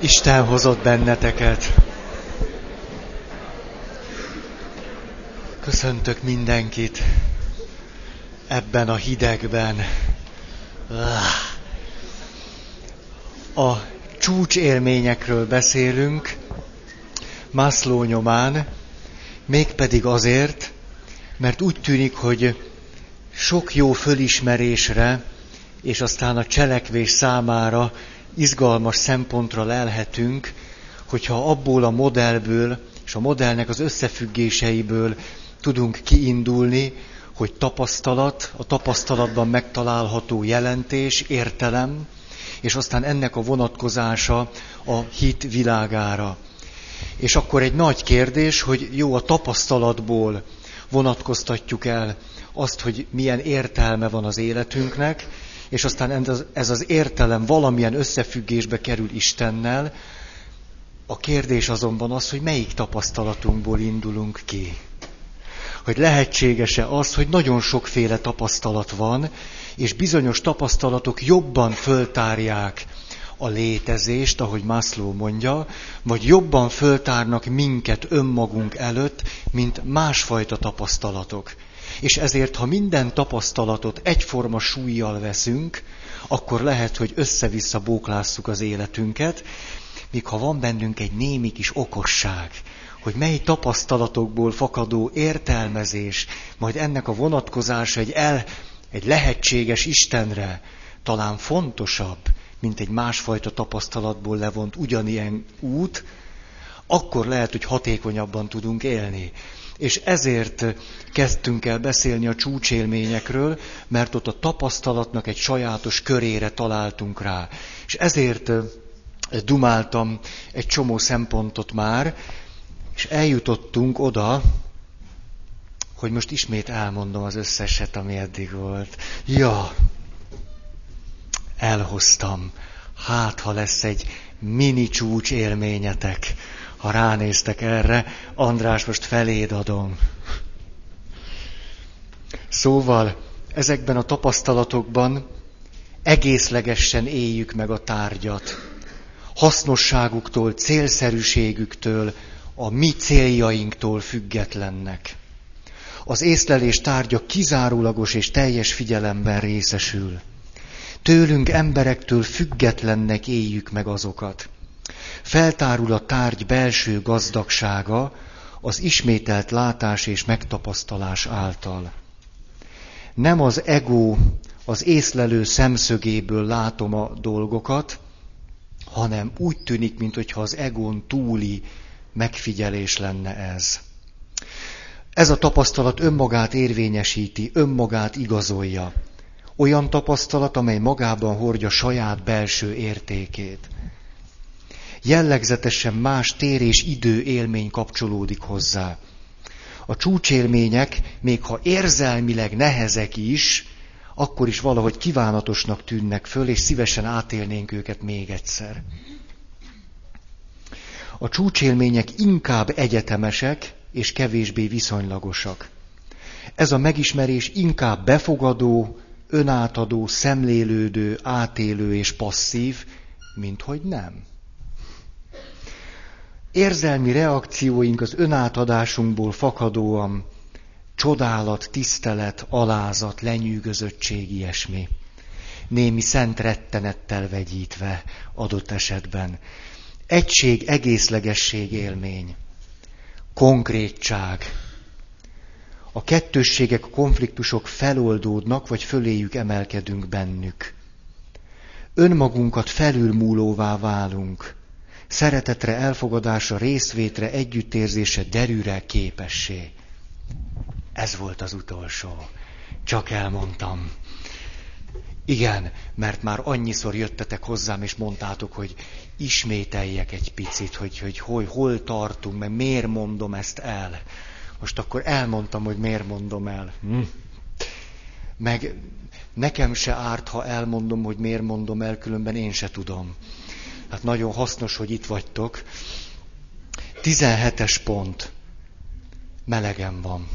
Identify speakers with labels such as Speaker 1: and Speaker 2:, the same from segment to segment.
Speaker 1: Isten hozott benneteket. Köszöntök mindenkit ebben a hidegben. A csúcsélményekről beszélünk Maslow nyomán, mégpedig azért, mert úgy tűnik, hogy sok jó fölismerésre és aztán a cselekvés számára izgalmas szempontra lelhetünk, hogyha abból a modellből és a modellnek az összefüggéseiből tudunk kiindulni, hogy tapasztalat, a tapasztalatban megtalálható jelentés, értelem, és aztán ennek a vonatkozása a hit világára. És akkor egy nagy kérdés, hogy jó, a tapasztalatból vonatkoztatjuk el azt, hogy milyen értelme van az életünknek, és aztán ez az értelem valamilyen összefüggésbe kerül Istennel. A kérdés azonban az, hogy melyik tapasztalatunkból indulunk ki. Hogy lehetséges-e az, hogy nagyon sokféle tapasztalat van, és bizonyos tapasztalatok jobban föltárják a létezést, ahogy Maslow mondja, vagy jobban föltárnak minket önmagunk előtt, mint másfajta tapasztalatok. És ezért, ha minden tapasztalatot egyforma súllyal veszünk, akkor lehet, hogy össze-vissza bóklásszuk az életünket, míg ha van bennünk egy némi kis okosság, hogy mely tapasztalatokból fakadó értelmezés, majd ennek a vonatkozása egy lehetséges Istenre talán fontosabb, mint egy másfajta tapasztalatból levont ugyanilyen út, akkor lehet, hogy hatékonyabban tudunk élni. És ezért kezdtünk el beszélni a csúcsélményekről, mert ott a tapasztalatnak egy sajátos körére találtunk rá. És ezért dumáltam egy csomó szempontot már, és eljutottunk oda, hogy most ismét elmondom az összeset, ami eddig volt. Ja, elhoztam. Hát, ha lesz egy mini csúcs élményetek, ha ránéztek erre, András, most feléd adom. Szóval, ezekben a tapasztalatokban egészlegesen éljük meg a tárgyat. Hasznosságuktól, célszerűségüktől, a mi céljainktól függetlennek. Az észlelés tárgya kizárólagos és teljes figyelemben részesül. Tőlünk, emberektől függetlennek éljük meg azokat. Feltárul a tárgy belső gazdagsága az ismételt látás és megtapasztalás által. Nem az ego, az észlelő szemszögéből látom a dolgokat, hanem úgy tűnik, mintha az egón túli megfigyelés lenne ez. Ez a tapasztalat önmagát érvényesíti, önmagát igazolja. Olyan tapasztalat, amely magában hordja saját belső értékét. Jellegzetesen más tér és idő élmény kapcsolódik hozzá. A csúcsélmények, még ha érzelmileg nehezek is, akkor is valahogy kívánatosnak tűnnek föl, és szívesen átélnénk őket még egyszer. A csúcsélmények inkább egyetemesek, és kevésbé viszonylagosak. Ez a megismerés inkább befogadó, önátadó, szemlélődő, átélő és passzív, mint hogy nem. Érzelmi reakcióink az önátadásunkból fakadóan csodálat, tisztelet, alázat, lenyűgözöttség, ilyesmi. Némi szent rettenettel vegyítve adott esetben. Egység, egészlegesség élmény. Konkrétság. A kettősségek, a konfliktusok feloldódnak, vagy föléjük emelkedünk bennük. Önmagunkat felülmúlóvá válunk. Szeretetre, elfogadásra, részvétre, együttérzésre, derűre képessé. Ez volt az utolsó. Csak elmondtam. Igen, mert már annyiszor jöttetek hozzám, és mondtátok, hogy ismételjek egy picit, hogy hol tartunk, mert miért mondom ezt el. Most akkor elmondtam, hogy miért mondom el. Meg nekem se árt, ha elmondom, hogy miért mondom el, különben én se tudom. Hát nagyon hasznos, hogy itt vagytok. 17-es pont. Melegen van.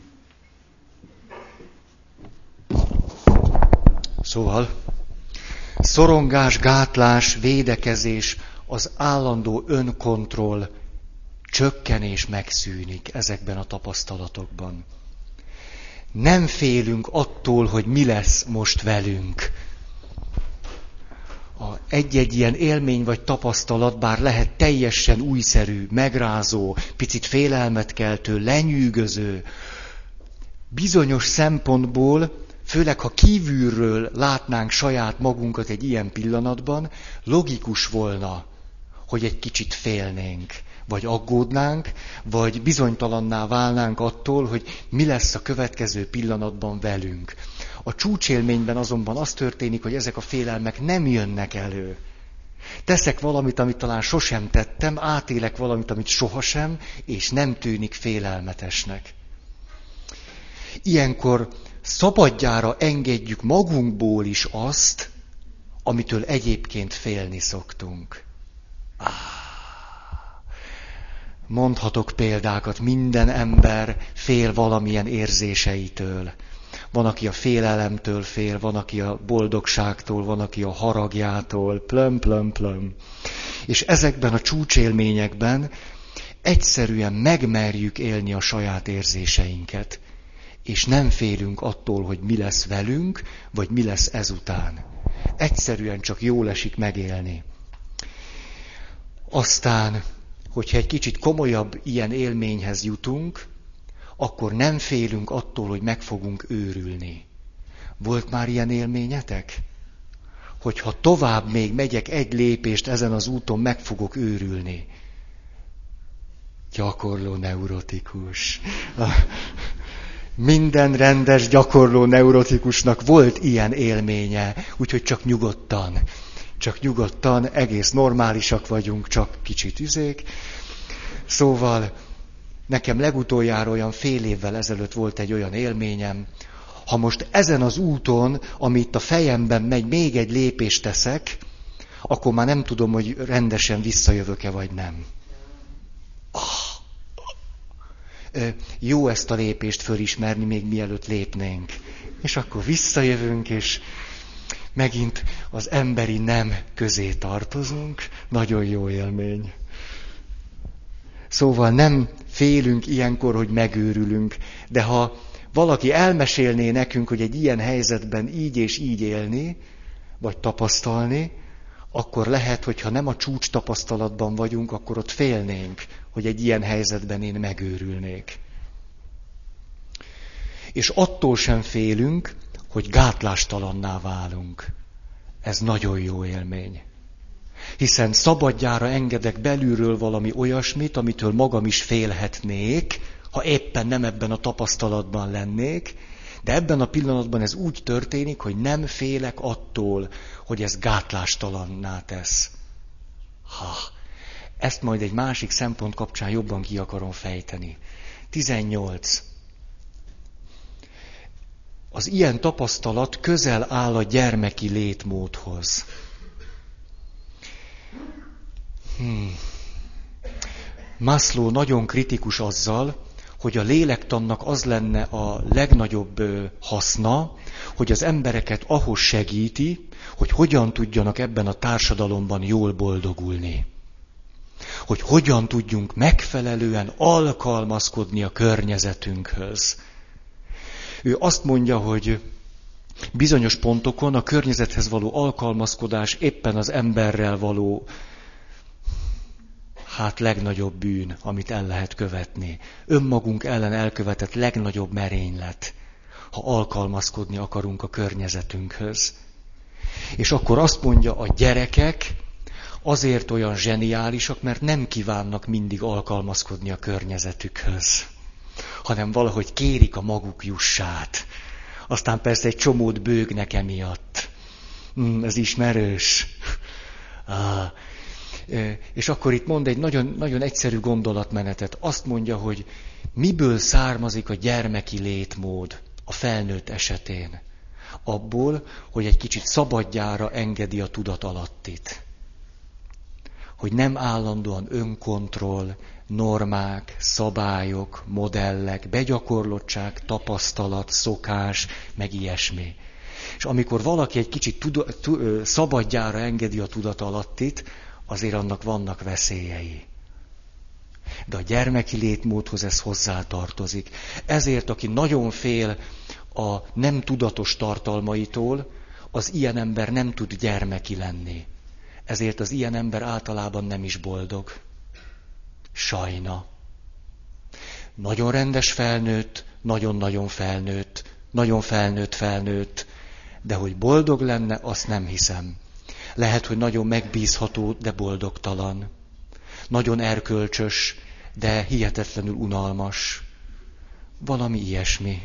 Speaker 1: Szóval, Szorongás, gátlás, védekezés, az állandó önkontroll, csökkenés megszűnik ezekben a tapasztalatokban. Nem félünk attól, hogy mi lesz most velünk. Egy-egy ilyen élmény vagy tapasztalat, bár lehet teljesen újszerű, megrázó, picit félelmet keltő, lenyűgöző, bizonyos szempontból, főleg ha kívülről látnánk saját magunkat egy ilyen pillanatban, logikus volna, hogy egy kicsit félnénk, vagy aggódnánk, vagy bizonytalanná válnánk attól, hogy mi lesz a következő pillanatban velünk. A csúcsélményben azonban az történik, hogy ezek a félelmek nem jönnek elő. Teszek valamit, amit talán sosem tettem, átélek valamit, amit sohasem, és nem tűnik félelmetesnek. Ilyenkor szabadjára engedjük magunkból is azt, amitől egyébként félni szoktunk. Mondhatok példákat, minden ember fél valamilyen érzéseitől. Van, aki a félelemtől fél, van, aki a boldogságtól, van, aki a haragjától, plöm. És ezekben a csúcsélményekben egyszerűen megmerjük élni a saját érzéseinket. És nem félünk attól, hogy mi lesz velünk, vagy mi lesz ezután. Egyszerűen csak jól esik megélni. Aztán, hogyha egy kicsit komolyabb ilyen élményhez jutunk, akkor nem félünk attól, hogy meg fogunk őrülni. Volt már ilyen élményetek? Hogyha tovább még megyek egy lépést ezen az úton, meg fogok őrülni. Gyakorló neurotikus. Minden rendes, gyakorló neurotikusnak volt ilyen élménye, úgyhogy csak nyugodtan, egész normálisak vagyunk, csak kicsit üzék. Szóval nekem legutoljára olyan fél évvel ezelőtt volt egy olyan élményem, ha most ezen az úton, ami itt a fejemben megy, még egy lépést teszek, akkor már nem tudom, hogy rendesen visszajövök-e vagy nem. Jó ezt a lépést fölismerni, még mielőtt lépnénk. És akkor visszajövünk, és megint az emberi nem közé tartozunk. Nagyon jó élmény. Szóval nem félünk ilyenkor, hogy megőrülünk, de ha valaki elmesélné nekünk, hogy egy ilyen helyzetben így és így élni, vagy tapasztalni, akkor lehet, hogy ha nem a csúcs tapasztalatban vagyunk, akkor ott félnénk, hogy egy ilyen helyzetben én megőrülnék. És attól sem félünk, hogy gátlástalanná válunk. Ez nagyon jó élmény. Hiszen szabadjára engedek belülről valami olyasmit, amitől magam is félhetnék, ha éppen nem ebben a tapasztalatban lennék, de ebben a pillanatban ez úgy történik, hogy nem félek attól, hogy ez gátlástalanná tesz. Ezt majd egy másik szempont kapcsán jobban ki akarom fejteni. 18. Az ilyen tapasztalat közel áll a gyermeki létmódhoz. Maslow nagyon kritikus azzal, hogy a lélektannak az lenne a legnagyobb haszna, hogy az embereket ahhoz segíti, hogy hogyan tudjanak ebben a társadalomban jól boldogulni. Hogy hogyan tudjunk megfelelően alkalmazkodni a környezetünkhöz. Ő azt mondja, hogy bizonyos pontokon a környezethez való alkalmazkodás éppen az emberrel való legnagyobb bűn, amit el lehet követni. Önmagunk ellen elkövetett legnagyobb merénylet, ha alkalmazkodni akarunk a környezetünkhöz. És akkor azt mondja, a gyerekek azért olyan zseniálisak, mert nem kívánnak mindig alkalmazkodni a környezetükhöz, hanem valahogy kérik a maguk jussát. Aztán persze egy csomót bőgnek emiatt. Ez ismerős. És akkor itt mond egy nagyon, nagyon egyszerű gondolatmenetet. Azt mondja, hogy miből származik a gyermeki létmód a felnőtt esetén. Abból, hogy egy kicsit szabadjára engedi a tudatalattit. Hogy nem állandóan önkontroll, normák, szabályok, modellek, begyakorlottság, tapasztalat, szokás, meg ilyesmi. És amikor valaki egy kicsit szabadjára engedi a tudatalattit, azért annak vannak veszélyei. De a gyermeki létmódhoz ez hozzátartozik. Ezért, aki nagyon fél a nem tudatos tartalmaitól, az ilyen ember nem tud gyermeki lenni. Ezért az ilyen ember általában nem is boldog. Sajna. Nagyon rendes felnőtt, nagyon-nagyon felnőtt, nagyon felnőtt, de hogy boldog lenne, azt nem hiszem. Lehet, hogy nagyon megbízható, de boldogtalan. Nagyon erkölcsös, de hihetetlenül unalmas. Valami ilyesmi.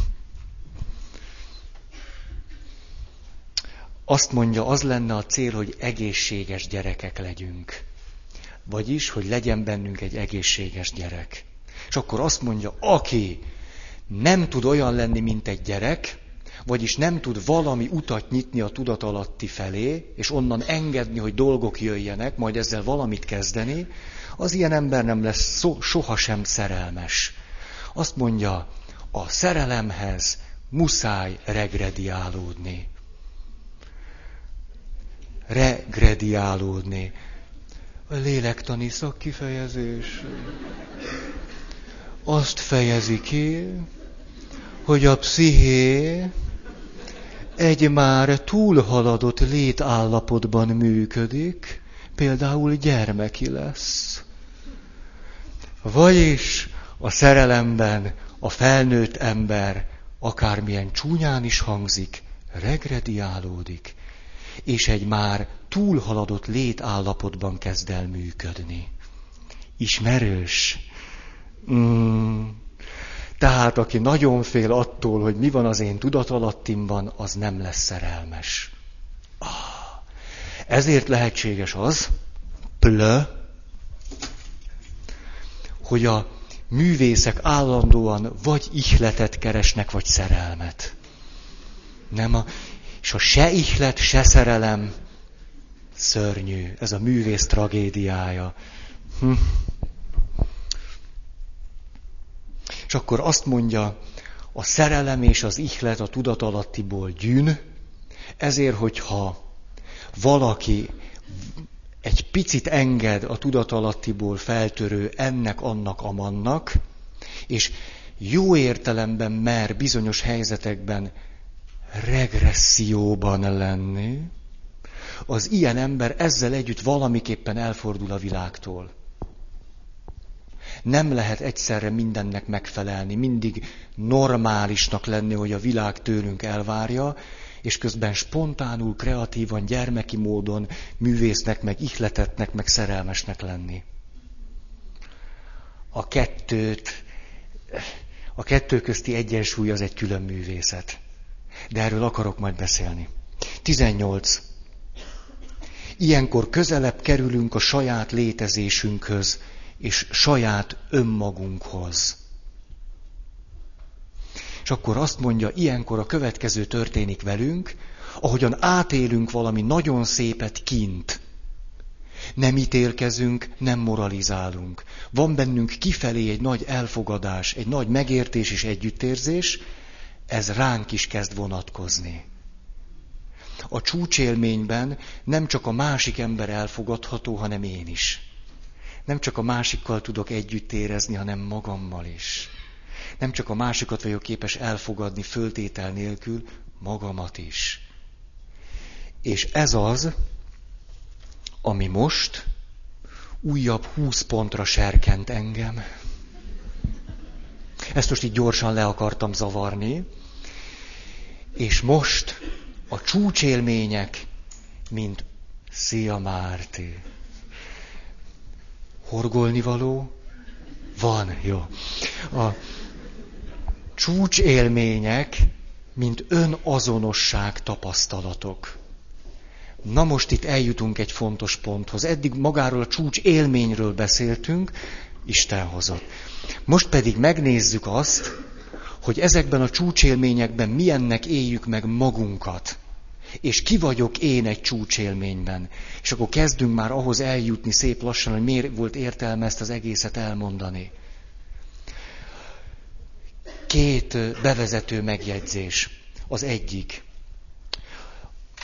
Speaker 1: Azt mondja, az lenne a cél, hogy egészséges gyerekek legyünk. Vagyis, hogy legyen bennünk egy egészséges gyerek. És akkor azt mondja, aki nem tud olyan lenni, mint egy gyerek, vagyis nem tud valami utat nyitni a tudatalatti felé, és onnan engedni, hogy dolgok jöjjenek, majd ezzel valamit kezdeni, az ilyen ember nem lesz sohasem szerelmes. Azt mondja, a szerelemhez muszáj regrediálódni. Regrediálódni. A lélektani szakkifejezés azt fejezi ki, hogy a psziché egy már túlhaladott létállapotban működik, például gyermeki lesz. Vagyis a szerelemben a felnőtt ember, akármilyen csúnyán is hangzik, regrediálódik, és egy már túlhaladott létállapotban kezd el működni. Ismerős? Tehát aki nagyon fél attól, hogy mi van az én tudatalattimban, az nem lesz szerelmes. Ezért lehetséges az, hogy a művészek állandóan vagy ihletet keresnek, vagy szerelmet. És a se ihlet, se szerelem szörnyű. Ez a művész tragédiája. És akkor azt mondja, a szerelem és az ihlet a tudatalattiból gyűn, ezért, hogyha valaki egy picit enged a tudatalattiból feltörő ennek, annak, amannak, és jó értelemben mer bizonyos helyzetekben regresszióban lenni, az ilyen ember ezzel együtt valamiképpen elfordul a világtól. Nem lehet egyszerre mindennek megfelelni, mindig normálisnak lenni, hogy a világ tőlünk elvárja, és közben spontánul, kreatívan, gyermeki módon művésznek, meg ihletetnek, meg szerelmesnek lenni. A kettő közti egyensúly az egy külön művészet. De erről akarok majd beszélni. 18. Ilyenkor közelebb kerülünk a saját létezésünkhöz, és saját önmagunkhoz. És akkor azt mondja, ilyenkor a következő történik velünk, ahogyan átélünk valami nagyon szépet kint. Nem ítélkezünk, nem moralizálunk. Van bennünk kifelé egy nagy elfogadás, egy nagy megértés és együttérzés, ez ránk is kezd vonatkozni. A csúcsélményben nem csak a másik ember elfogadható, hanem én is. Nem csak a másikkal tudok együtt érezni, hanem magammal is. Nem csak a másikat vagyok képes elfogadni föltétel nélkül, magamat is. És ez az, ami most újabb 20 pontra serkent engem. Ezt most így gyorsan le akartam zavarni. És most a csúcsélmények, mint szia Márti. Horgolnivaló? Van, jó. A csúcsélmények, mint önazonosság tapasztalatok. Na most itt eljutunk egy fontos ponthoz. Eddig magáról a csúcsélményről beszéltünk, Isten hozott. Most pedig megnézzük azt, hogy ezekben a csúcsélményekben milyennek éljük meg magunkat. És ki vagyok én egy csúcsélményben. És akkor kezdünk már ahhoz eljutni szép lassan, hogy miért volt értelme ezt az egészet elmondani. 2 bevezető megjegyzés. Az egyik.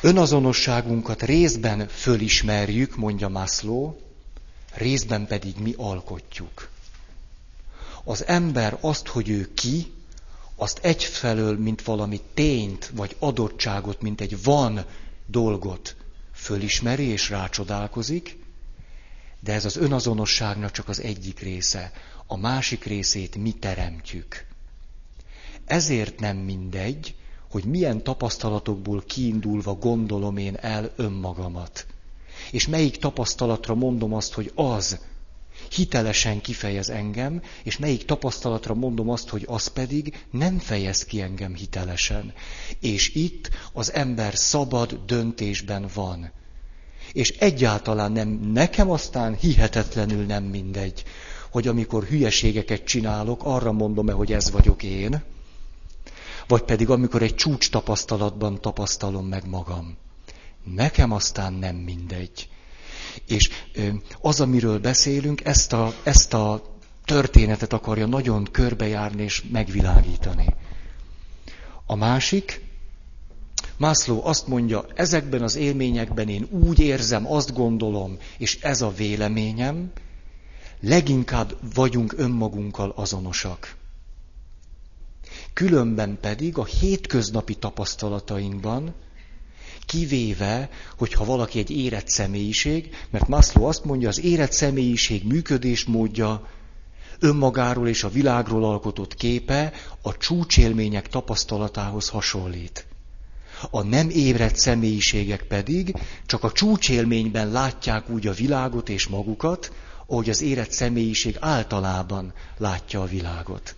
Speaker 1: Önazonosságunkat részben fölismerjük, mondja Maslow, részben pedig mi alkotjuk. Az ember azt, hogy ő ki, azt egyfelől, mint valami tényt, vagy adottságot, mint egy van dolgot fölismeri és rácsodálkozik, de ez az önazonosságnak csak az egyik része. A másik részét mi teremtjük. Ezért nem mindegy, hogy milyen tapasztalatokból kiindulva gondolom én el önmagamat. És melyik tapasztalatra mondom azt, hogy az hitelesen kifejez engem, és melyik tapasztalatra mondom azt, hogy az pedig nem fejez ki engem hitelesen. És itt az ember szabad döntésben van. És egyáltalán nem, nekem aztán hihetetlenül nem mindegy, hogy amikor hülyeségeket csinálok, arra mondom-e, hogy ez vagyok én, vagy pedig amikor egy csúcs tapasztalatban tapasztalom meg magam. Nekem aztán nem mindegy. És az, amiről beszélünk, ezt a történetet akarja nagyon körbejárni és megvilágítani. A másik, Maslow azt mondja, ezekben az élményekben én úgy érzem, azt gondolom, és ez a véleményem, leginkább vagyunk önmagunkkal azonosak. Különben pedig a hétköznapi tapasztalatainkban, kivéve, hogyha valaki egy érett személyiség, mert Maslow azt mondja, az érett személyiség működésmódja, önmagáról és a világról alkotott képe a csúcsélmények tapasztalatához hasonlít. A nem ébredt személyiségek pedig csak a csúcsélményben látják úgy a világot és magukat, ahogy az érett személyiség általában látja a világot.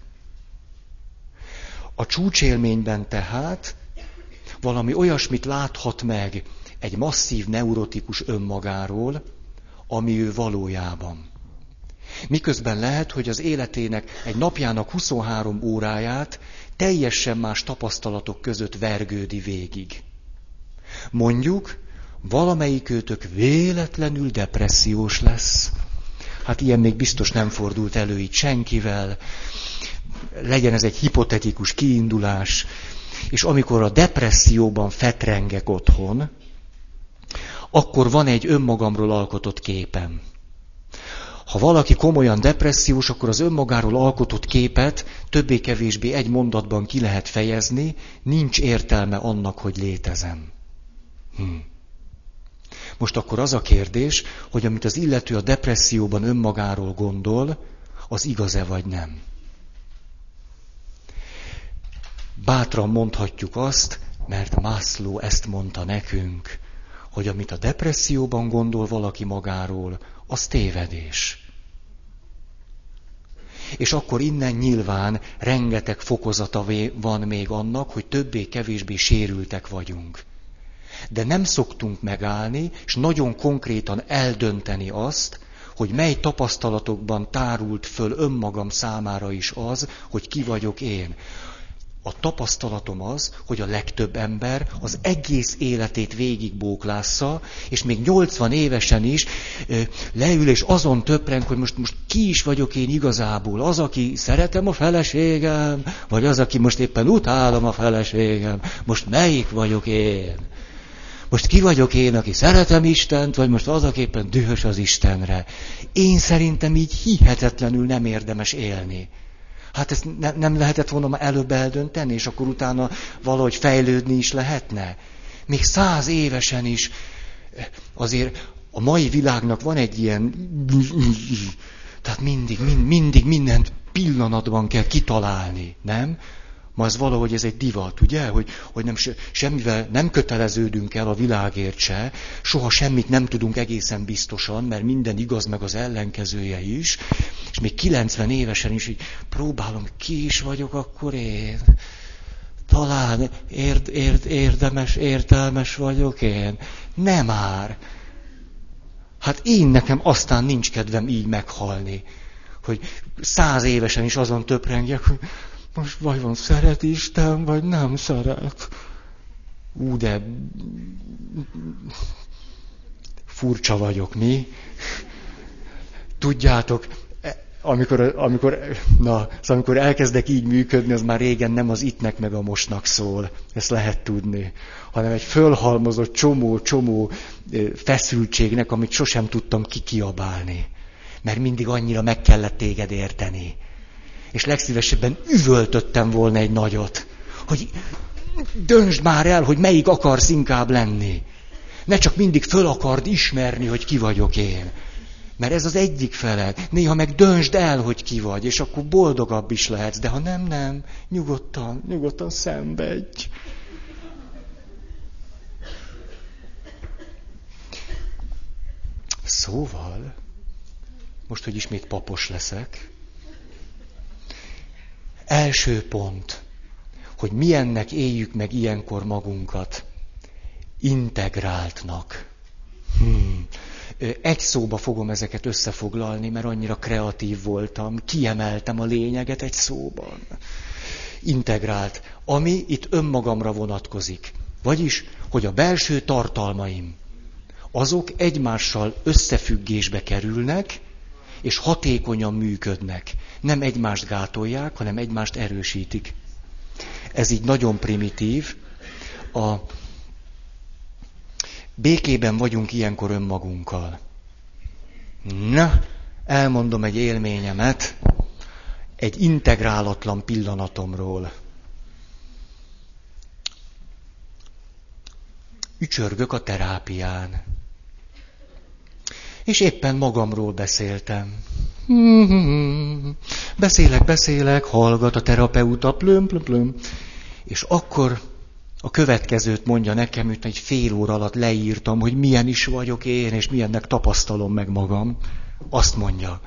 Speaker 1: A csúcsélményben tehát valami olyasmit láthat meg egy masszív neurotikus önmagáról, ami ő valójában. Miközben lehet, hogy az életének egy napjának 23 óráját teljesen más tapasztalatok között vergődi végig. Mondjuk, valamelyikőtök véletlenül depressziós lesz. Hát ilyen még biztos nem fordult elő itt senkivel. Legyen ez egy hipotetikus kiindulás. És amikor a depresszióban fetrengek otthon, akkor van egy önmagamról alkotott képem. Ha valaki komolyan depressziós, akkor az önmagáról alkotott képet többé-kevésbé egy mondatban ki lehet fejezni, nincs értelme annak, hogy létezem. Most akkor az a kérdés, hogy amit az illető a depresszióban önmagáról gondol, az igaz-e vagy nem. Bátran mondhatjuk azt, mert Maslow ezt mondta nekünk, hogy amit a depresszióban gondol valaki magáról, az tévedés. És akkor innen nyilván rengeteg fokozata van még annak, hogy többé-kevésbé sérültek vagyunk. De nem szoktunk megállni, és nagyon konkrétan eldönteni azt, hogy mely tapasztalatokban tárult föl önmagam számára is az, hogy ki vagyok én. A tapasztalatom az, hogy a legtöbb ember az egész életét végigbóklásza, és még 80 évesen is leül és azon töpreng, hogy most ki is vagyok én igazából. Az, aki szeretem a feleségem, vagy az, aki most éppen utálom a feleségem. Most melyik vagyok én? Most ki vagyok én, aki szeretem Istent, vagy most az, aki éppen dühös az Istenre? Én szerintem így hihetetlenül nem érdemes élni. Hát ezt nem lehetett volna már előbb eldönteni, és akkor utána valahogy fejlődni is lehetne. Még 100 évesen is azért a mai világnak van egy ilyen... Tehát mindig mindent pillanatban kell kitalálni, nem? Ma ez valahogy ez egy divat, ugye? Hogy nem, semmivel nem köteleződünk el a világért se, soha semmit nem tudunk egészen biztosan, mert minden igaz, meg az ellenkezője is, és még 90 évesen is így próbálom, ki is vagyok akkor én. Talán értelmes vagyok én. Nem már. Hát én nekem aztán nincs kedvem így meghalni, hogy 100 évesen is azon töprengjek, hogy most vajon szeret Isten, vagy nem szeret? De furcsa vagyok, mi? Tudjátok, amikor elkezdek így működni, az már régen nem az ittnek meg a mostnak szól. Ezt lehet tudni. Hanem egy fölhalmozott csomó feszültségnek, amit sosem tudtam kikiabálni. Mert mindig annyira meg kellett téged érteni. És legszívesebben üvöltöttem volna egy nagyot, hogy döntsd már el, hogy melyik akarsz inkább lenni. Ne csak mindig föl akard ismerni, hogy ki vagyok én. Mert ez az egyik fele. Néha meg döntsd el, hogy ki vagy, és akkor boldogabb is lehetsz. De ha nem, nyugodtan szenvedj. Szóval, most, hogy ismét papos leszek, első pont, hogy milyennek éljük meg ilyenkor magunkat. Integráltnak. Egy szóba fogom ezeket összefoglalni, mert annyira kreatív voltam. Kiemeltem a lényeget egy szóban. Integrált. Ami itt önmagamra vonatkozik. Vagyis, hogy a belső tartalmaim, azok egymással összefüggésbe kerülnek, és hatékonyan működnek. Nem egymást gátolják, hanem egymást erősítik. Ez így nagyon primitív. A békében vagyunk ilyenkor önmagunkkal. Na, elmondom egy élményemet egy integrálatlan pillanatomról. Ücsörgök a terápián. És éppen magamról beszéltem. Beszélek, hallgat a terapeuta, plöm. És akkor a következőt mondja nekem, hogy egy fél óra alatt leírtam, hogy milyen is vagyok én, és milyennek tapasztalom meg magam. Azt mondja.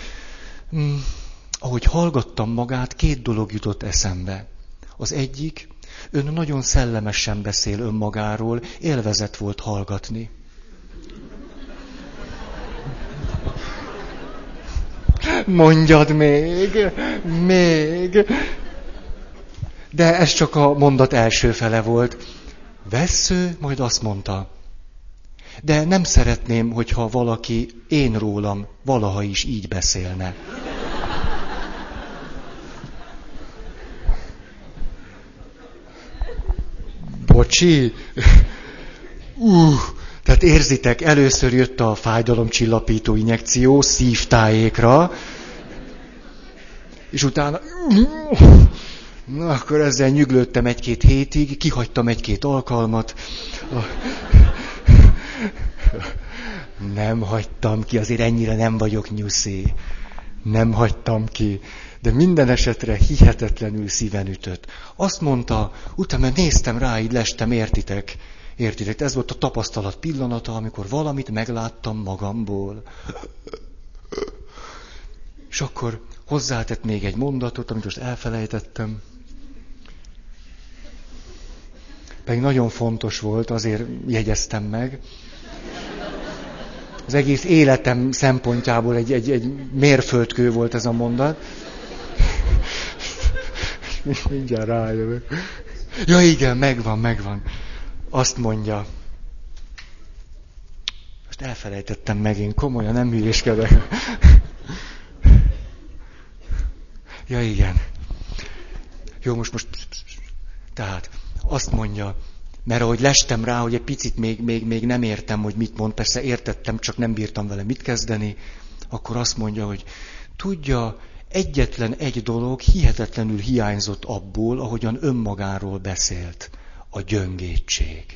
Speaker 1: Ahogy hallgattam magát, 2 dolog jutott eszembe. Az egyik, ön nagyon szellemesen beszél önmagáról, élvezet volt hallgatni. Mondjad még. De ez csak a mondat első fele volt. Vessző, majd azt mondta. De nem szeretném, hogyha valaki én rólam valaha is így beszélne. Bocsi. Tehát érzitek, először jött a fájdalomcsillapító injekció szívtájékra, és utána... Na, akkor ezzel nyüglődtem 1-2 hétig, kihagytam 1-2 alkalmat. Nem hagytam ki, azért ennyire nem vagyok nyuszi. Nem hagytam ki. De minden esetre hihetetlenül szíven ütött. Azt mondta, utána néztem rá, így lestem, értitek? Ez volt a tapasztalat pillanata, amikor valamit megláttam magamból. És akkor hozzátett még egy mondatot, amit most elfelejtettem. Pedig nagyon fontos volt, azért jegyeztem meg. Az egész életem szempontjából egy mérföldkő volt ez a mondat. Mindjárt rájövök. Ja igen, megvan. Azt mondja. Most elfelejtettem megint, komolyan nem hülyéskedek. Ja igen. Jó, most. Tehát azt mondja, mert ahogy lestem rá, hogy egy picit még nem értem, hogy mit mond, persze értettem, csak nem bírtam vele mit kezdeni, akkor azt mondja, hogy tudja, egyetlen egy dolog hihetetlenül hiányzott abból, ahogyan önmagáról beszélt. A gyöngétség.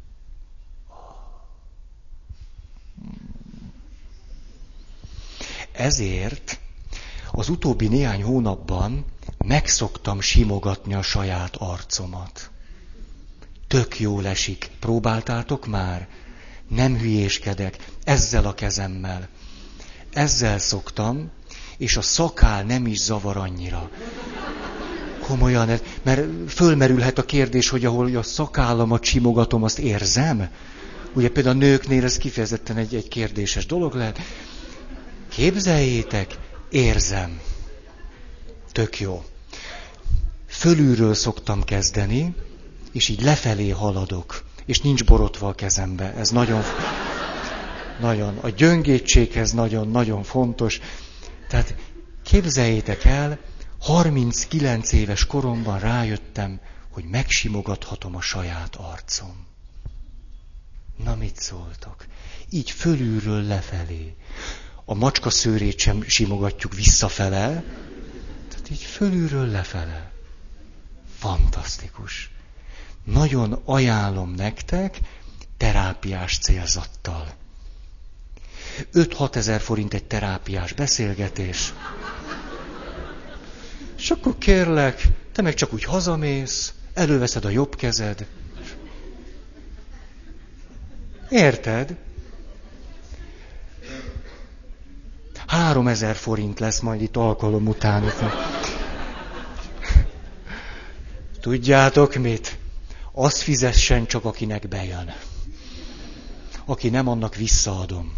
Speaker 1: Ezért az utóbbi néhány hónapban megszoktam simogatni a saját arcomat. Tök jól esik. Próbáltátok már? Nem hülyéskedek. Ezzel a kezemmel. Ezzel szoktam, és a szakál nem is zavar annyira. Komolyan, mert fölmerülhet a kérdés, hogy ahol a szakállamat simogatom, azt érzem. Ugye például a nőknél ez kifejezetten egy kérdéses dolog lehet. Képzeljétek, érzem. Tök jó. Fölülről szoktam kezdeni, és így lefelé haladok. És nincs borotva a kezembe. Ez nagyon, a gyöngétséghez nagyon fontos. Tehát Képzeljétek el, 39 éves koromban rájöttem, hogy megsimogathatom a saját arcom. Na mit szóltok? Így fölülről lefelé. A macska szőrét sem simogatjuk visszafele, tehát így fölülről lefele. Fantasztikus. Nagyon ajánlom nektek terápiás célzattal. 5-6 ezer forint egy terápiás beszélgetés. És akkor kérlek, te meg csak úgy hazamész, előveszed a jobb kezed. Érted? 3000 forint lesz majd itt alkalom után. Tudjátok mit? Azt fizessen csak, akinek bejön. Aki nem, annak visszaadom.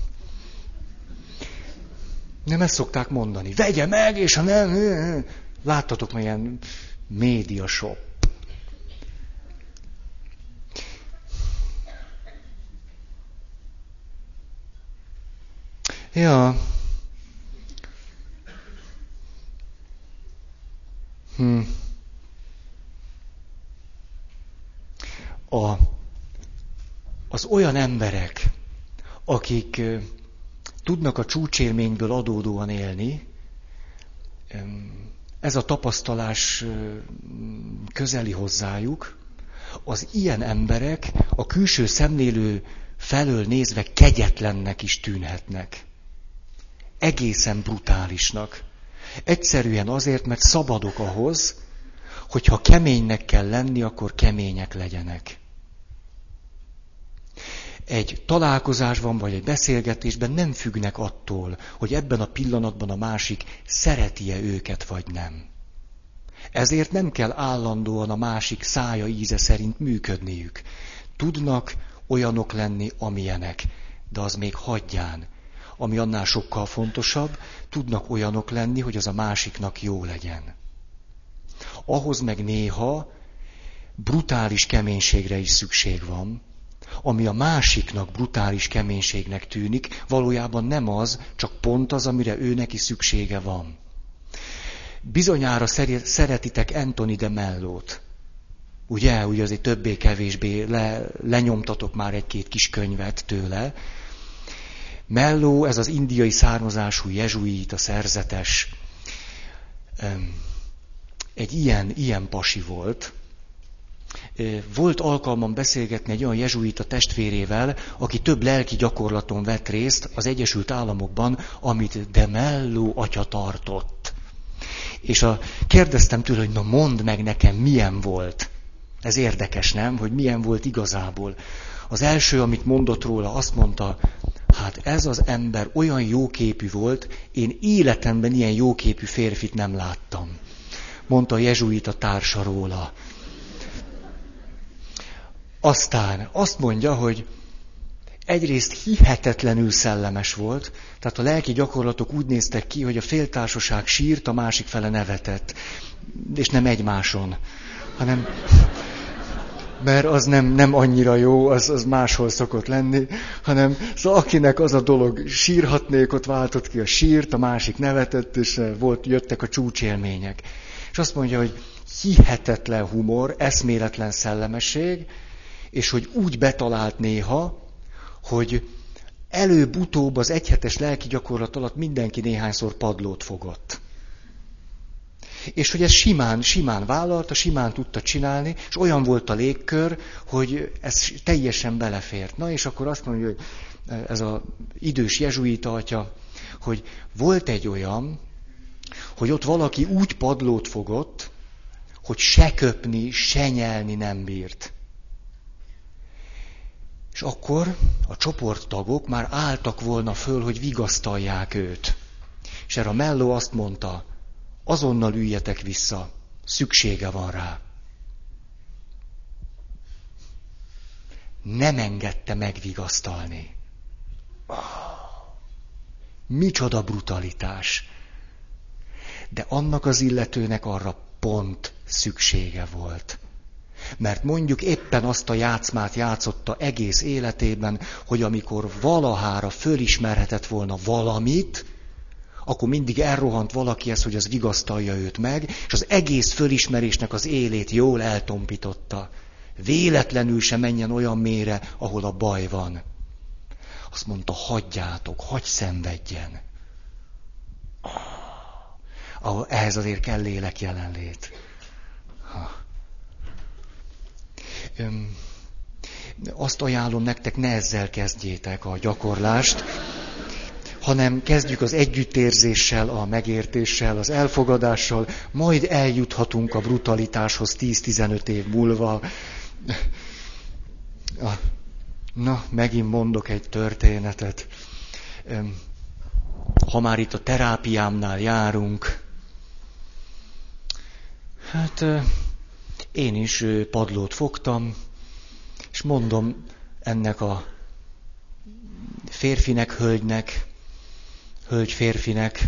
Speaker 1: Nem ezt szokták mondani. Vegye meg, és ha nem... Láttatok már ilyen média shop. Ja. Az olyan emberek, akik tudnak a csúcsélményből adódóan élni, ez a tapasztalás közeli hozzájuk, az ilyen emberek a külső szemlélő felől nézve kegyetlennek is tűnhetnek. Egészen brutálisnak. Egyszerűen azért, mert szabadok ahhoz, hogyha keménynek kell lenni, akkor kemények legyenek. Egy találkozásban vagy egy beszélgetésben nem függnek attól, hogy ebben a pillanatban a másik szereti-e őket vagy nem. Ezért nem kell állandóan a másik szája íze szerint működniük. Tudnak olyanok lenni, amilyenek, de az még hagyján. Ami annál sokkal fontosabb, tudnak olyanok lenni, hogy az a másiknak jó legyen. Ahhoz meg néha brutális keménységre is szükség van, ami a másiknak brutális keménységnek tűnik, valójában nem az, csak pont az, amire ő neki szüksége van. Bizonyára szeretitek Anthony de Mellót. Ugye azért többé-kevésbé lenyomtatok már egy-két kis könyvet tőle. Melló, ez az indiai származású jezsuita szerzetes, egy ilyen pasi volt. Volt alkalmam beszélgetni egy olyan jezsuita testvérével, aki több lelki gyakorlaton vett részt az Egyesült Államokban, amit de Melló atya tartott. És kérdeztem tőle, hogy na mondd meg nekem, milyen volt. Ez érdekes, nem? Hogy milyen volt igazából. Az első, amit mondott róla, azt mondta, hát ez az ember olyan jóképű volt, én életemben ilyen jóképű férfit nem láttam. Mondta a jezsuita társa róla. Aztán azt mondja, hogy egyrészt hihetetlenül szellemes volt, tehát a lelki gyakorlatok úgy néztek ki, hogy a féltársaság sírt, a másik fele nevetett. És nem egymáson, hanem... Mert az nem annyira jó, az máshol szokott lenni, hanem szóval akinek az a dolog, sírhatnék, ott váltott ki a sírt, a másik nevetett, és jöttek a csúcsélmények. És azt mondja, hogy hihetetlen humor, eszméletlen szellemesség, és hogy úgy betalált néha, hogy előbb-utóbb az egyhetes lelki gyakorlat alatt mindenki néhányszor padlót fogott. És hogy ez simán vállalta, simán tudta csinálni, és olyan volt a légkör, hogy ez teljesen belefért. Na, és akkor azt mondja, hogy ez az idős jezsuita atya, hogy volt egy olyan, hogy ott valaki úgy padlót fogott, hogy se köpni, se nyelni nem bírt. És akkor a csoporttagok már álltak volna föl, hogy vigasztalják őt. És erre a Melló azt mondta, azonnal üljetek vissza, szüksége van rá. Nem engedte megvigasztalni. Micsoda brutalitás. De annak az illetőnek arra pont szüksége volt. Mert mondjuk éppen azt a játszmát játszotta egész életében, hogy amikor valahára fölismerhetett volna valamit, akkor mindig elrohant valakihez, hogy az vigasztalja őt meg, és az egész fölismerésnek az élét jól eltompította. Véletlenül se menjen olyan mélyre, ahol a baj van. Azt mondta, hagyjátok, hagyj szenvedjen. Ehhez azért kell lélek jelenlét. Azt ajánlom nektek, ne ezzel kezdjétek a gyakorlást, hanem kezdjük az együttérzéssel, a megértéssel, az elfogadással, majd eljuthatunk a brutalitáshoz 10-15 év múlva. Na, megint mondok egy történetet. Ha már itt a terápiámnál járunk, hát én is padlót fogtam, és mondom ennek a férfinek, hölgynek, hölgy-férfinek,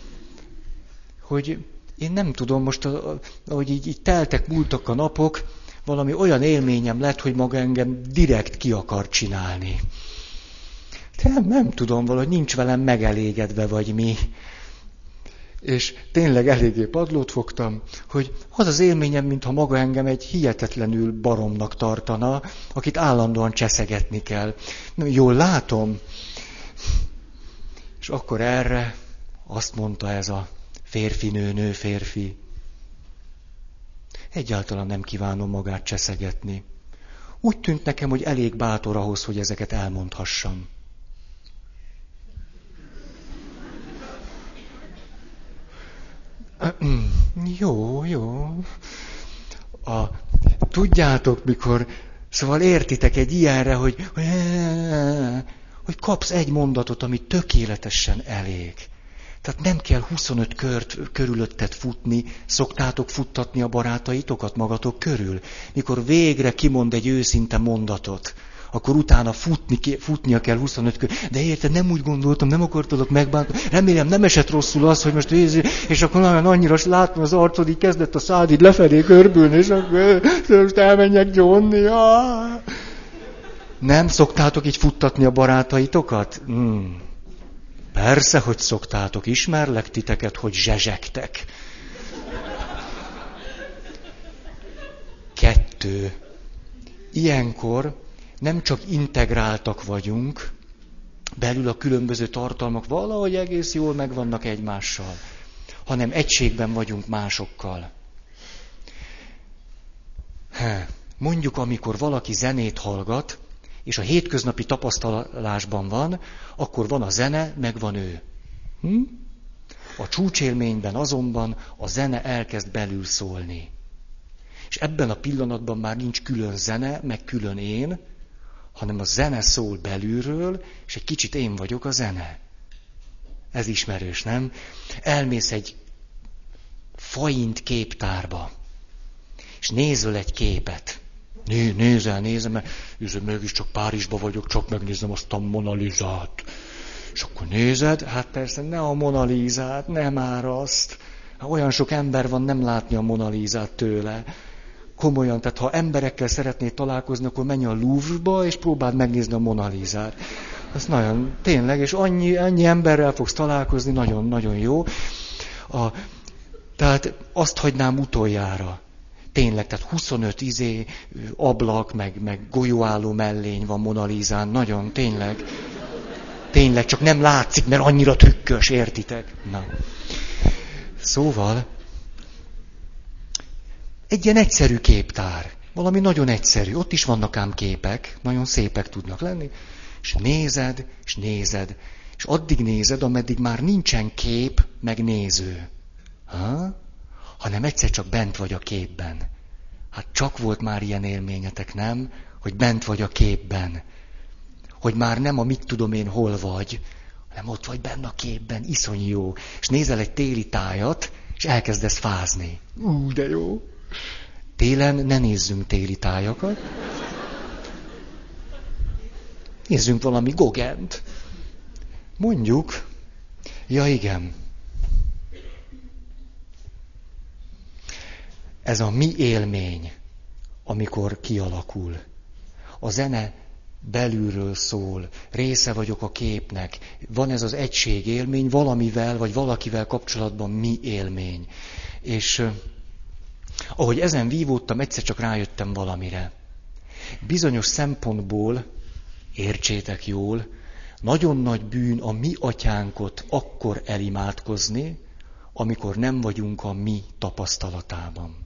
Speaker 1: hogy én nem tudom, most, ahogy így teltek, múltak a napok, valami olyan élményem lett, hogy maga engem direkt ki akar csinálni. Nem tudom, valahogy nincs velem megelégedve, vagy mi. És tényleg eléggé padlót fogtam, hogy az az élményem, mintha maga engem egy hihetetlenül baromnak tartana, akit állandóan cseszegetni kell. Jól látom? És akkor erre azt mondta ez a férfinő, nő-férfi. Egyáltalán nem kívánom magát cseszegetni. Úgy tűnt nekem, hogy elég bátor ahhoz, hogy ezeket elmondhassam. Jó. Tudjátok, mikor... Szóval értitek egy ilyenre, hogy kapsz egy mondatot, ami tökéletesen elég. Tehát nem kell 25 kört körülötted futni, szoktátok futtatni a barátaitokat magatok körül. Mikor végre kimond egy őszinte mondatot, akkor utána futnia kell 25 kör. De érted, nem úgy gondoltam, nem akartalak megbántani. Remélem nem esett rosszul az, hogy most és akkor nagyon annyira látom az arcod, így kezdett a szád így lefelé görbülni, és akkor most elmenjek gyónni. Nem szoktátok így futtatni a barátaitokat? Persze, hogy szoktátok, ismerlek titeket, hogy zsezsegtek. 2. Ilyenkor nem csak integráltak vagyunk, belül a különböző tartalmak valahogy egész jól megvannak egymással, hanem egységben vagyunk másokkal. Mondjuk, amikor valaki zenét hallgat, és a hétköznapi tapasztalásban van, akkor van a zene, meg van ő. A csúcsélményben azonban a zene elkezd belül szólni. És ebben a pillanatban már nincs külön zene, meg külön én, hanem a zene szól belülről, és egy kicsit én vagyok a zene. Ez ismerős, nem? Elmész egy faint képtárba, és nézöl egy képet. Nézem, mert mégiscsak Párizsba vagyok, csak megnézem azt a Mona Lisát. És akkor nézed, hát persze ne a Mona Lisát, ne már azt. Olyan sok ember van, nem látni a Mona Lisát tőle. Komolyan, tehát ha emberekkel szeretnél találkozni, akkor menj a Louvre-ba, és próbáld megnézni a Mona Lisát. Az nagyon, tényleg, és annyi emberrel fogsz találkozni, nagyon-nagyon jó. Tehát azt hagynám utoljára. Tényleg, tehát 25 ablak, meg golyóálló mellény van Mona Lisán, nagyon, tényleg. Tényleg, csak nem látszik, mert annyira trükkös, értitek? Na. Szóval, egy ilyen egyszerű képtár, valami nagyon egyszerű, ott is vannak ám képek, nagyon szépek tudnak lenni, és nézed, és addig nézed, ameddig már nincsen kép, meg néző. Hanem egyszer csak bent vagy a képben. Hát csak volt már ilyen élményetek, nem? Hogy bent vagy a képben. Hogy már nem a mit tudom én hol vagy, hanem ott vagy benne a képben, iszony jó. És nézel egy téli tájat, és elkezdesz fázni. De jó. Télen ne nézzünk téli tájakat. Nézzünk valami Gogent. Mondjuk, ja igen. Ez a mi élmény, amikor kialakul. A zene belülről szól, része vagyok a képnek, van ez az egység élmény, valamivel vagy valakivel kapcsolatban mi élmény. És ahogy ezen vívódtam, egyszer csak rájöttem valamire. Bizonyos szempontból, értsétek jól, nagyon nagy bűn a mi atyánkot akkor elimádkozni, amikor nem vagyunk a mi tapasztalatában.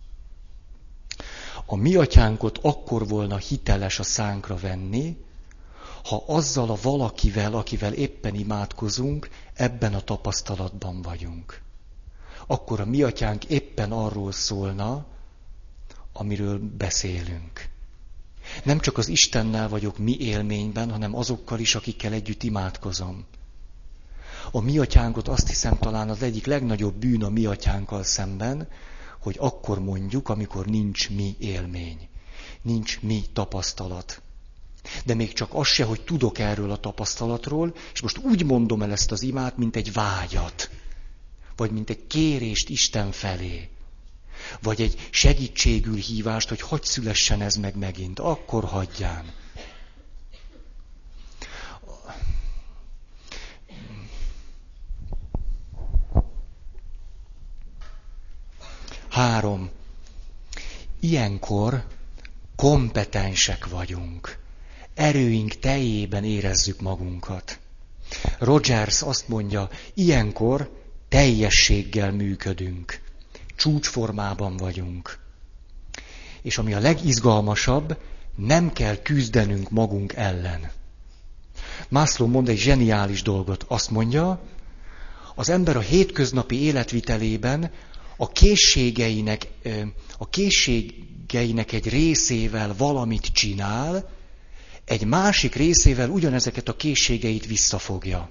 Speaker 1: A mi atyánkot akkor volna hiteles a szánkra venni, ha azzal a valakivel, akivel éppen imádkozunk, ebben a tapasztalatban vagyunk. Akkor a mi atyánk éppen arról szólna, amiről beszélünk. Nem csak az Istennel vagyok mi élményben, hanem azokkal is, akikkel együtt imádkozom. A mi atyánkot azt hiszem talán az egyik legnagyobb bűn a mi atyánkkal szemben, hogy akkor mondjuk, amikor nincs mi élmény, nincs mi tapasztalat. De még csak az se, hogy tudok erről a tapasztalatról, és most úgy mondom el ezt az imát, mint egy vágyat, vagy mint egy kérést Isten felé, vagy egy segítségül hívást, hogy hadd szülessen ez meg megint, akkor hagyján. Három. Ilyenkor kompetensek vagyunk. Erőink teljében érezzük magunkat. Rogers azt mondja, ilyenkor teljességgel működünk. Csúcsformában vagyunk. És ami a legizgalmasabb, nem kell küzdenünk magunk ellen. Maslow mond egy zseniális dolgot. Azt mondja, az ember a hétköznapi életvitelében a készségeinek egy részével valamit csinál, egy másik részével ugyanezeket a készségeit visszafogja.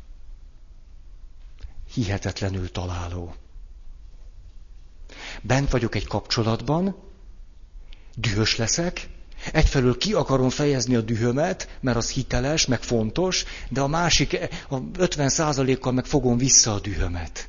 Speaker 1: Hihetetlenül találó. Bent vagyok egy kapcsolatban, dühös leszek, egyfelől ki akarom fejezni a dühömet, mert az hiteles, meg fontos, de a másik, a 50%-kal meg fogom vissza a dühömet.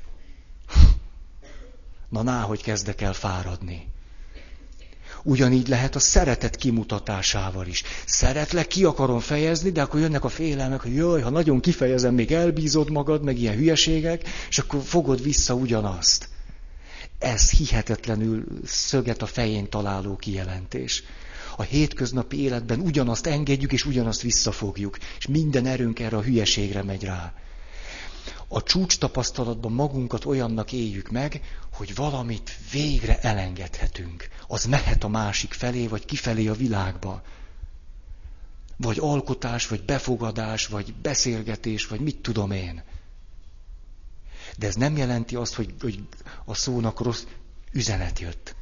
Speaker 1: Hogy kezdek el fáradni. Ugyanígy lehet a szeretet kimutatásával is. Szeretlek, ki akarom fejezni, de akkor jönnek a félelmek, hogy jaj, ha nagyon kifejezem, még elbízod magad, meg ilyen hülyeségek, és akkor fogod vissza ugyanazt. Ez hihetetlenül szöget a fején találó kijelentés. A hétköznapi életben ugyanazt engedjük, és ugyanazt visszafogjuk, és minden erőnk erre a hülyeségre megy rá. A csúcs tapasztalatban magunkat olyannak éljük meg, hogy valamit végre elengedhetünk. Az mehet a másik felé, vagy kifelé a világba. Vagy alkotás, vagy befogadás, vagy beszélgetés, vagy mit tudom én. De ez nem jelenti azt, hogy a szónak rossz üzenet jött.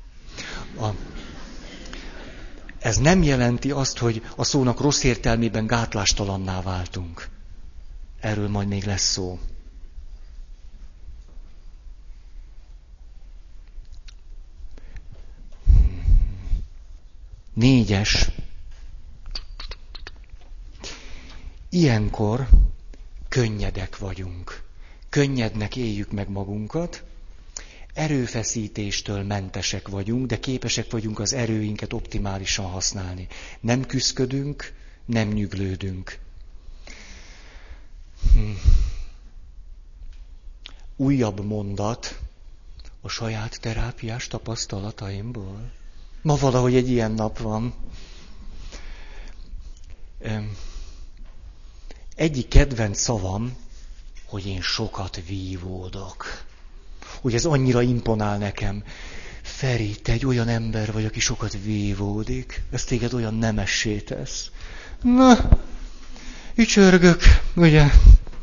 Speaker 1: Ez nem jelenti azt, hogy a szónak rossz értelmében gátlástalanná váltunk. Erről majd még lesz szó. 4. Ilyenkor könnyedek vagyunk. Könnyednek éljük meg magunkat, erőfeszítéstől mentesek vagyunk, de képesek vagyunk az erőinket optimálisan használni. Nem küszködünk, nem nyüglődünk. Újabb mondat a saját terápiás tapasztalataimból. Ma valahogy egy ilyen nap van. Egyik kedvenc szavam, hogy én sokat vívódok. Hogy ez annyira imponál nekem. Feri, te egy olyan ember vagy, aki sokat vívódik. Ez téged olyan nemessé tesz. Na, ücsörgök, ugye?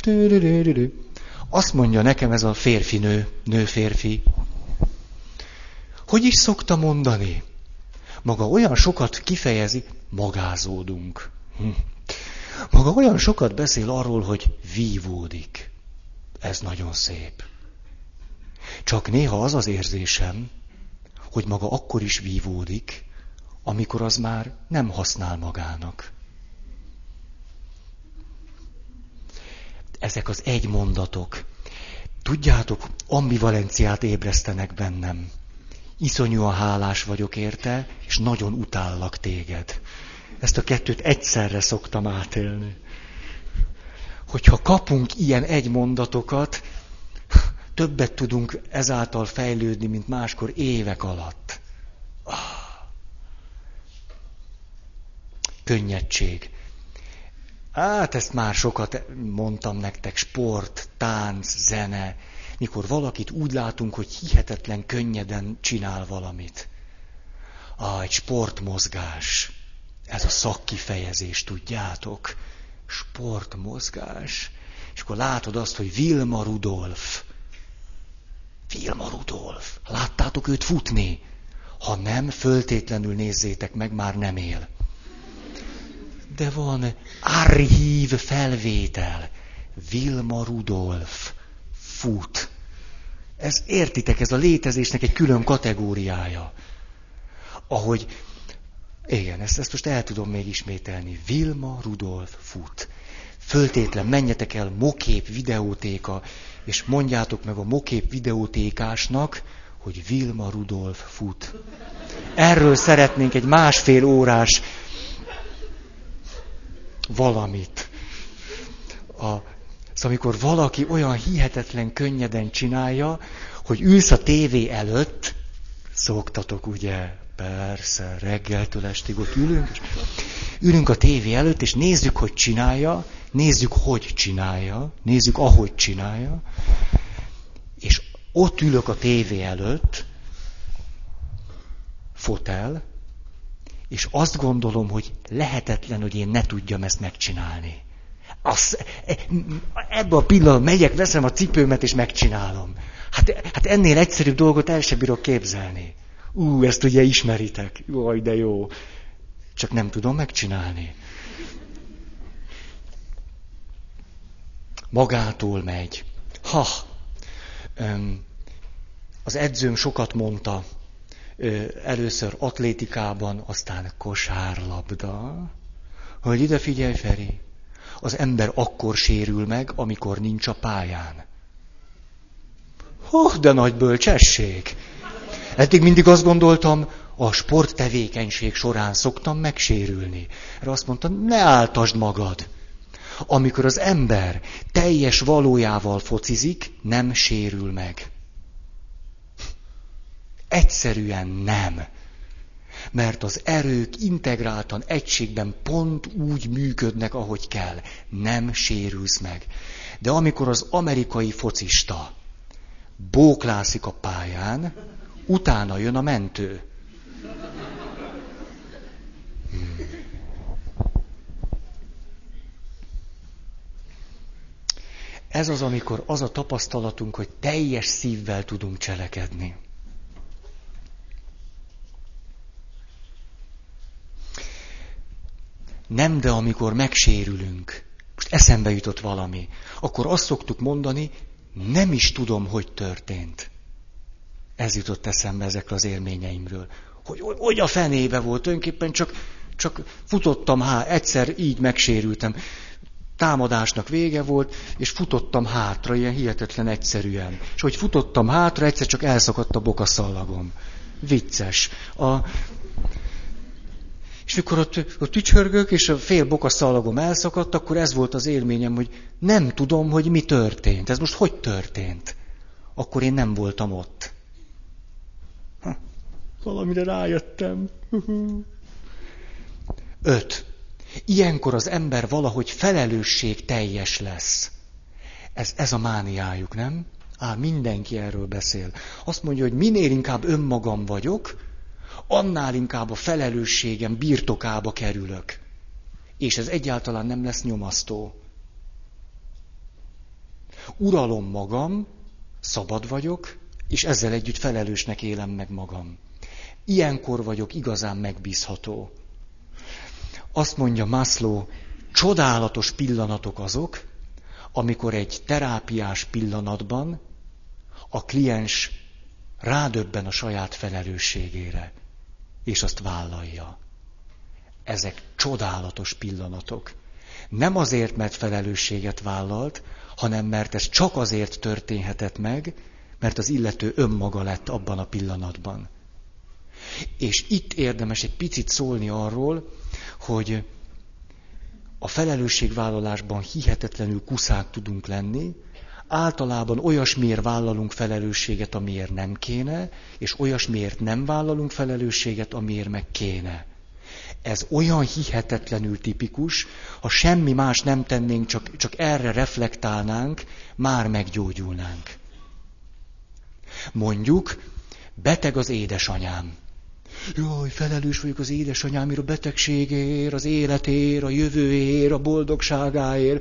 Speaker 1: Azt mondja nekem ez a férfinő, nő-férfi. Hogy is szokta mondani? Maga olyan sokat kifejezi, magázódunk. Maga olyan sokat beszél arról, hogy vívódik. Ez nagyon szép. Csak néha az az érzésem, hogy maga akkor is vívódik, amikor az már nem használ magának. Ezek az egymondatok. Tudjátok, ambivalenciát ébresztenek bennem. Iszonyúan hálás vagyok érte, és nagyon utállak téged. Ezt a kettőt egyszerre szoktam átélni. Hogyha kapunk ilyen egy mondatokat, többet tudunk ezáltal fejlődni, mint máskor évek alatt. Könnyedség. Hát ezt már sokat mondtam nektek, sport, tánc, zene. Mikor valakit úgy látunk, hogy hihetetlen könnyeden csinál valamit. Egy sportmozgás. Ez a szakkifejezés, tudjátok? Sportmozgás. És akkor látod azt, hogy Vilma Rudolf. Vilma Rudolf. Láttátok őt futni? Ha nem, föltétlenül nézzétek meg, már nem él. De van archív felvétel. Vilma Rudolf fut. Ez, értitek, ez a létezésnek egy külön kategóriája. Ahogy, igen, ezt most el tudom még ismételni. Vilma Rudolf fut. Föltétlen menjetek el Mokép videótéka, és mondjátok meg a Mokép videótékásnak, hogy Vilma Rudolf fut. Erről szeretnénk egy 1,5 órás valamit. Szóval amikor valaki olyan hihetetlen könnyeden csinálja, hogy ülsz a tévé előtt, szoktatok ugye, persze, reggeltől estig ott ülünk a tévé előtt, és nézzük, hogy csinálja, nézzük, ahogy csinálja, és ott ülök a tévé előtt, fotel, és azt gondolom, hogy lehetetlen, hogy én ne tudjam ezt megcsinálni. Ebben a pillanatban megyek, veszem a cipőmet, és megcsinálom. Hát ennél egyszerűbb dolgot el sem bírok képzelni. Ezt ugye ismeritek. Jaj, de jó. Csak nem tudom megcsinálni. Magától megy. Az edzőm sokat mondta, először atlétikában, aztán kosárlabda, hogy ide figyelj, Feri, az ember akkor sérül meg, amikor nincs a pályán. De nagy bölcsesség! Eddig mindig azt gondoltam, a sporttevékenység során szoktam megsérülni. Erre azt mondtam, ne áltasd magad. Amikor az ember teljes valójával focizik, nem sérül meg. Egyszerűen nem. Mert az erők integráltan, egységben pont úgy működnek, ahogy kell. Nem sérülsz meg. De amikor az amerikai focista bóklászik a pályán, utána jön a mentő. Ez az, amikor az a tapasztalatunk, hogy teljes szívvel tudunk cselekedni. Nem, de amikor megsérülünk, most eszembe jutott valami, akkor azt szoktuk mondani, nem is tudom, hogy történt. Ez jutott eszembe ezekről az élményeimről. Hogy a fenébe volt, tulajdonképpen csak futottam, egyszer így megsérültem. Támadásnak vége volt, és futottam hátra, ilyen hihetetlen egyszerűen. És hogy futottam hátra, egyszer csak elszakadt a bokaszallagom. Vicces. És mikor ott tücsörgök, és a fél bokaszallagom elszakadt, akkor ez volt az élményem, hogy nem tudom, hogy mi történt. Ez most hogy történt? Akkor én nem voltam ott. Valamire rájöttem. 5. Ilyenkor az ember valahogy felelősségteljes lesz. Ez a mániájuk, nem? Mindenki erről beszél. Azt mondja, hogy minél inkább önmagam vagyok, annál inkább a felelősségem birtokába kerülök. És ez egyáltalán nem lesz nyomasztó. Uralom magam, szabad vagyok, és ezzel együtt felelősnek élem meg magam. Ilyenkor vagyok igazán megbízható. Azt mondja Maslow, csodálatos pillanatok azok, amikor egy terápiás pillanatban a kliens rádöbben a saját felelősségére, és azt vállalja. Ezek csodálatos pillanatok. Nem azért, mert felelősséget vállalt, hanem mert ez csak azért történhetett meg, mert az illető önmaga lett abban a pillanatban. És itt érdemes egy picit szólni arról, hogy a felelősségvállalásban hihetetlenül kuszák tudunk lenni, általában olyasmiért vállalunk felelősséget, amiért nem kéne, és olyasmiért nem vállalunk felelősséget, amiért meg kéne. Ez olyan hihetetlenül tipikus, ha semmi más nem tennénk, csak erre reflektálnánk, már meggyógyulnánk. Mondjuk, beteg az édesanyám. Jaj, felelős vagyok az édesanyámért, a betegségéért, az életéért, a jövőért, a boldogságáért.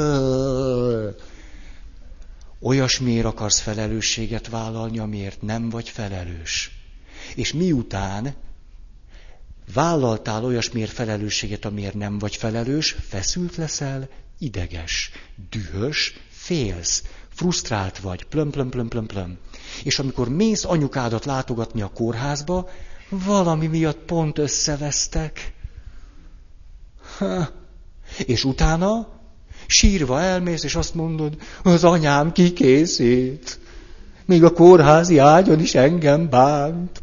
Speaker 1: Olyasmiért akarsz felelősséget vállalni, amiért nem vagy felelős. És miután vállaltál olyasmiért felelősséget, amiért nem vagy felelős, feszült leszel, ideges, dühös, félsz, frusztrált vagy, plöm. És amikor mész anyukádat látogatni a kórházba, valami miatt pont összevesztek. És utána sírva elmész, és azt mondod, az anyám kikészít. Még a kórházi ágyon is engem bánt.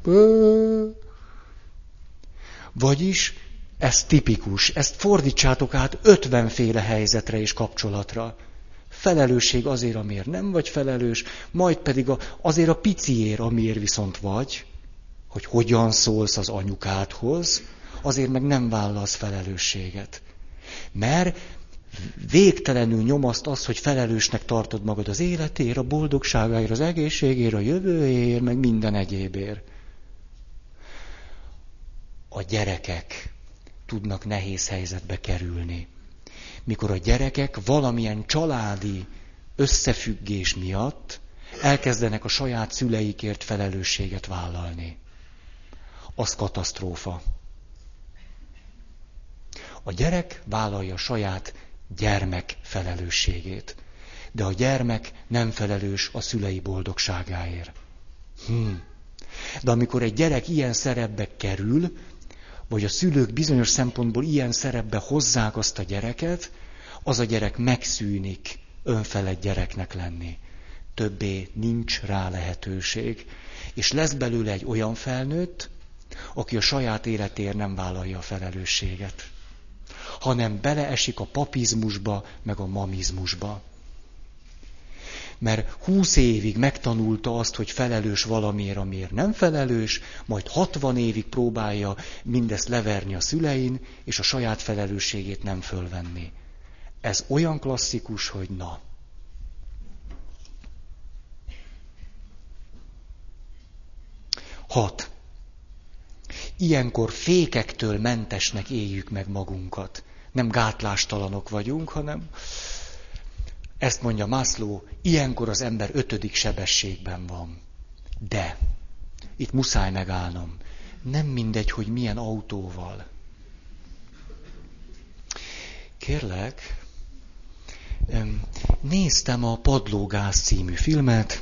Speaker 1: Vagyis ez tipikus, ezt fordítsátok át 50 féle helyzetre és kapcsolatra. Felelősség azért, amiért nem vagy felelős, majd pedig azért a piciért, amiért viszont vagy, hogy hogyan szólsz az anyukádhoz, azért meg nem vállalsz felelősséget. Mert végtelenül nyomaszt az, hogy felelősnek tartod magad az életéért, a boldogságáért, az egészségért, a jövőért, meg minden egyébért. A gyerekek tudnak nehéz helyzetbe kerülni. Mikor a gyerekek valamilyen családi összefüggés miatt elkezdenek a saját szüleikért felelősséget vállalni. Az katasztrófa. A gyerek vállalja a saját gyermek felelősségét, de a gyermek nem felelős a szülei boldogságáért. De amikor egy gyerek ilyen szerepbe kerül, vagy a szülők bizonyos szempontból ilyen szerepbe hozzák azt a gyereket, az a gyerek megszűnik önfelett gyereknek lenni. Többé nincs rá lehetőség. És lesz belőle egy olyan felnőtt, aki a saját életéért nem vállalja a felelősséget, hanem beleesik a papizmusba, meg a mamizmusba. Mert 20 évig megtanulta azt, hogy felelős valamiért, amiért nem felelős, majd 60 évig próbálja mindezt leverni a szülein, és a saját felelősségét nem fölvenni. Ez olyan klasszikus, hogy na. Hat. Ilyenkor fékektől mentesnek éljük meg magunkat. Nem gátlástalanok vagyunk, hanem ezt mondja Maslow, ilyenkor az ember 5. sebességben van. De, itt muszáj megállnom, nem mindegy, hogy milyen autóval. Kérlek, néztem a Padlógáz című filmet.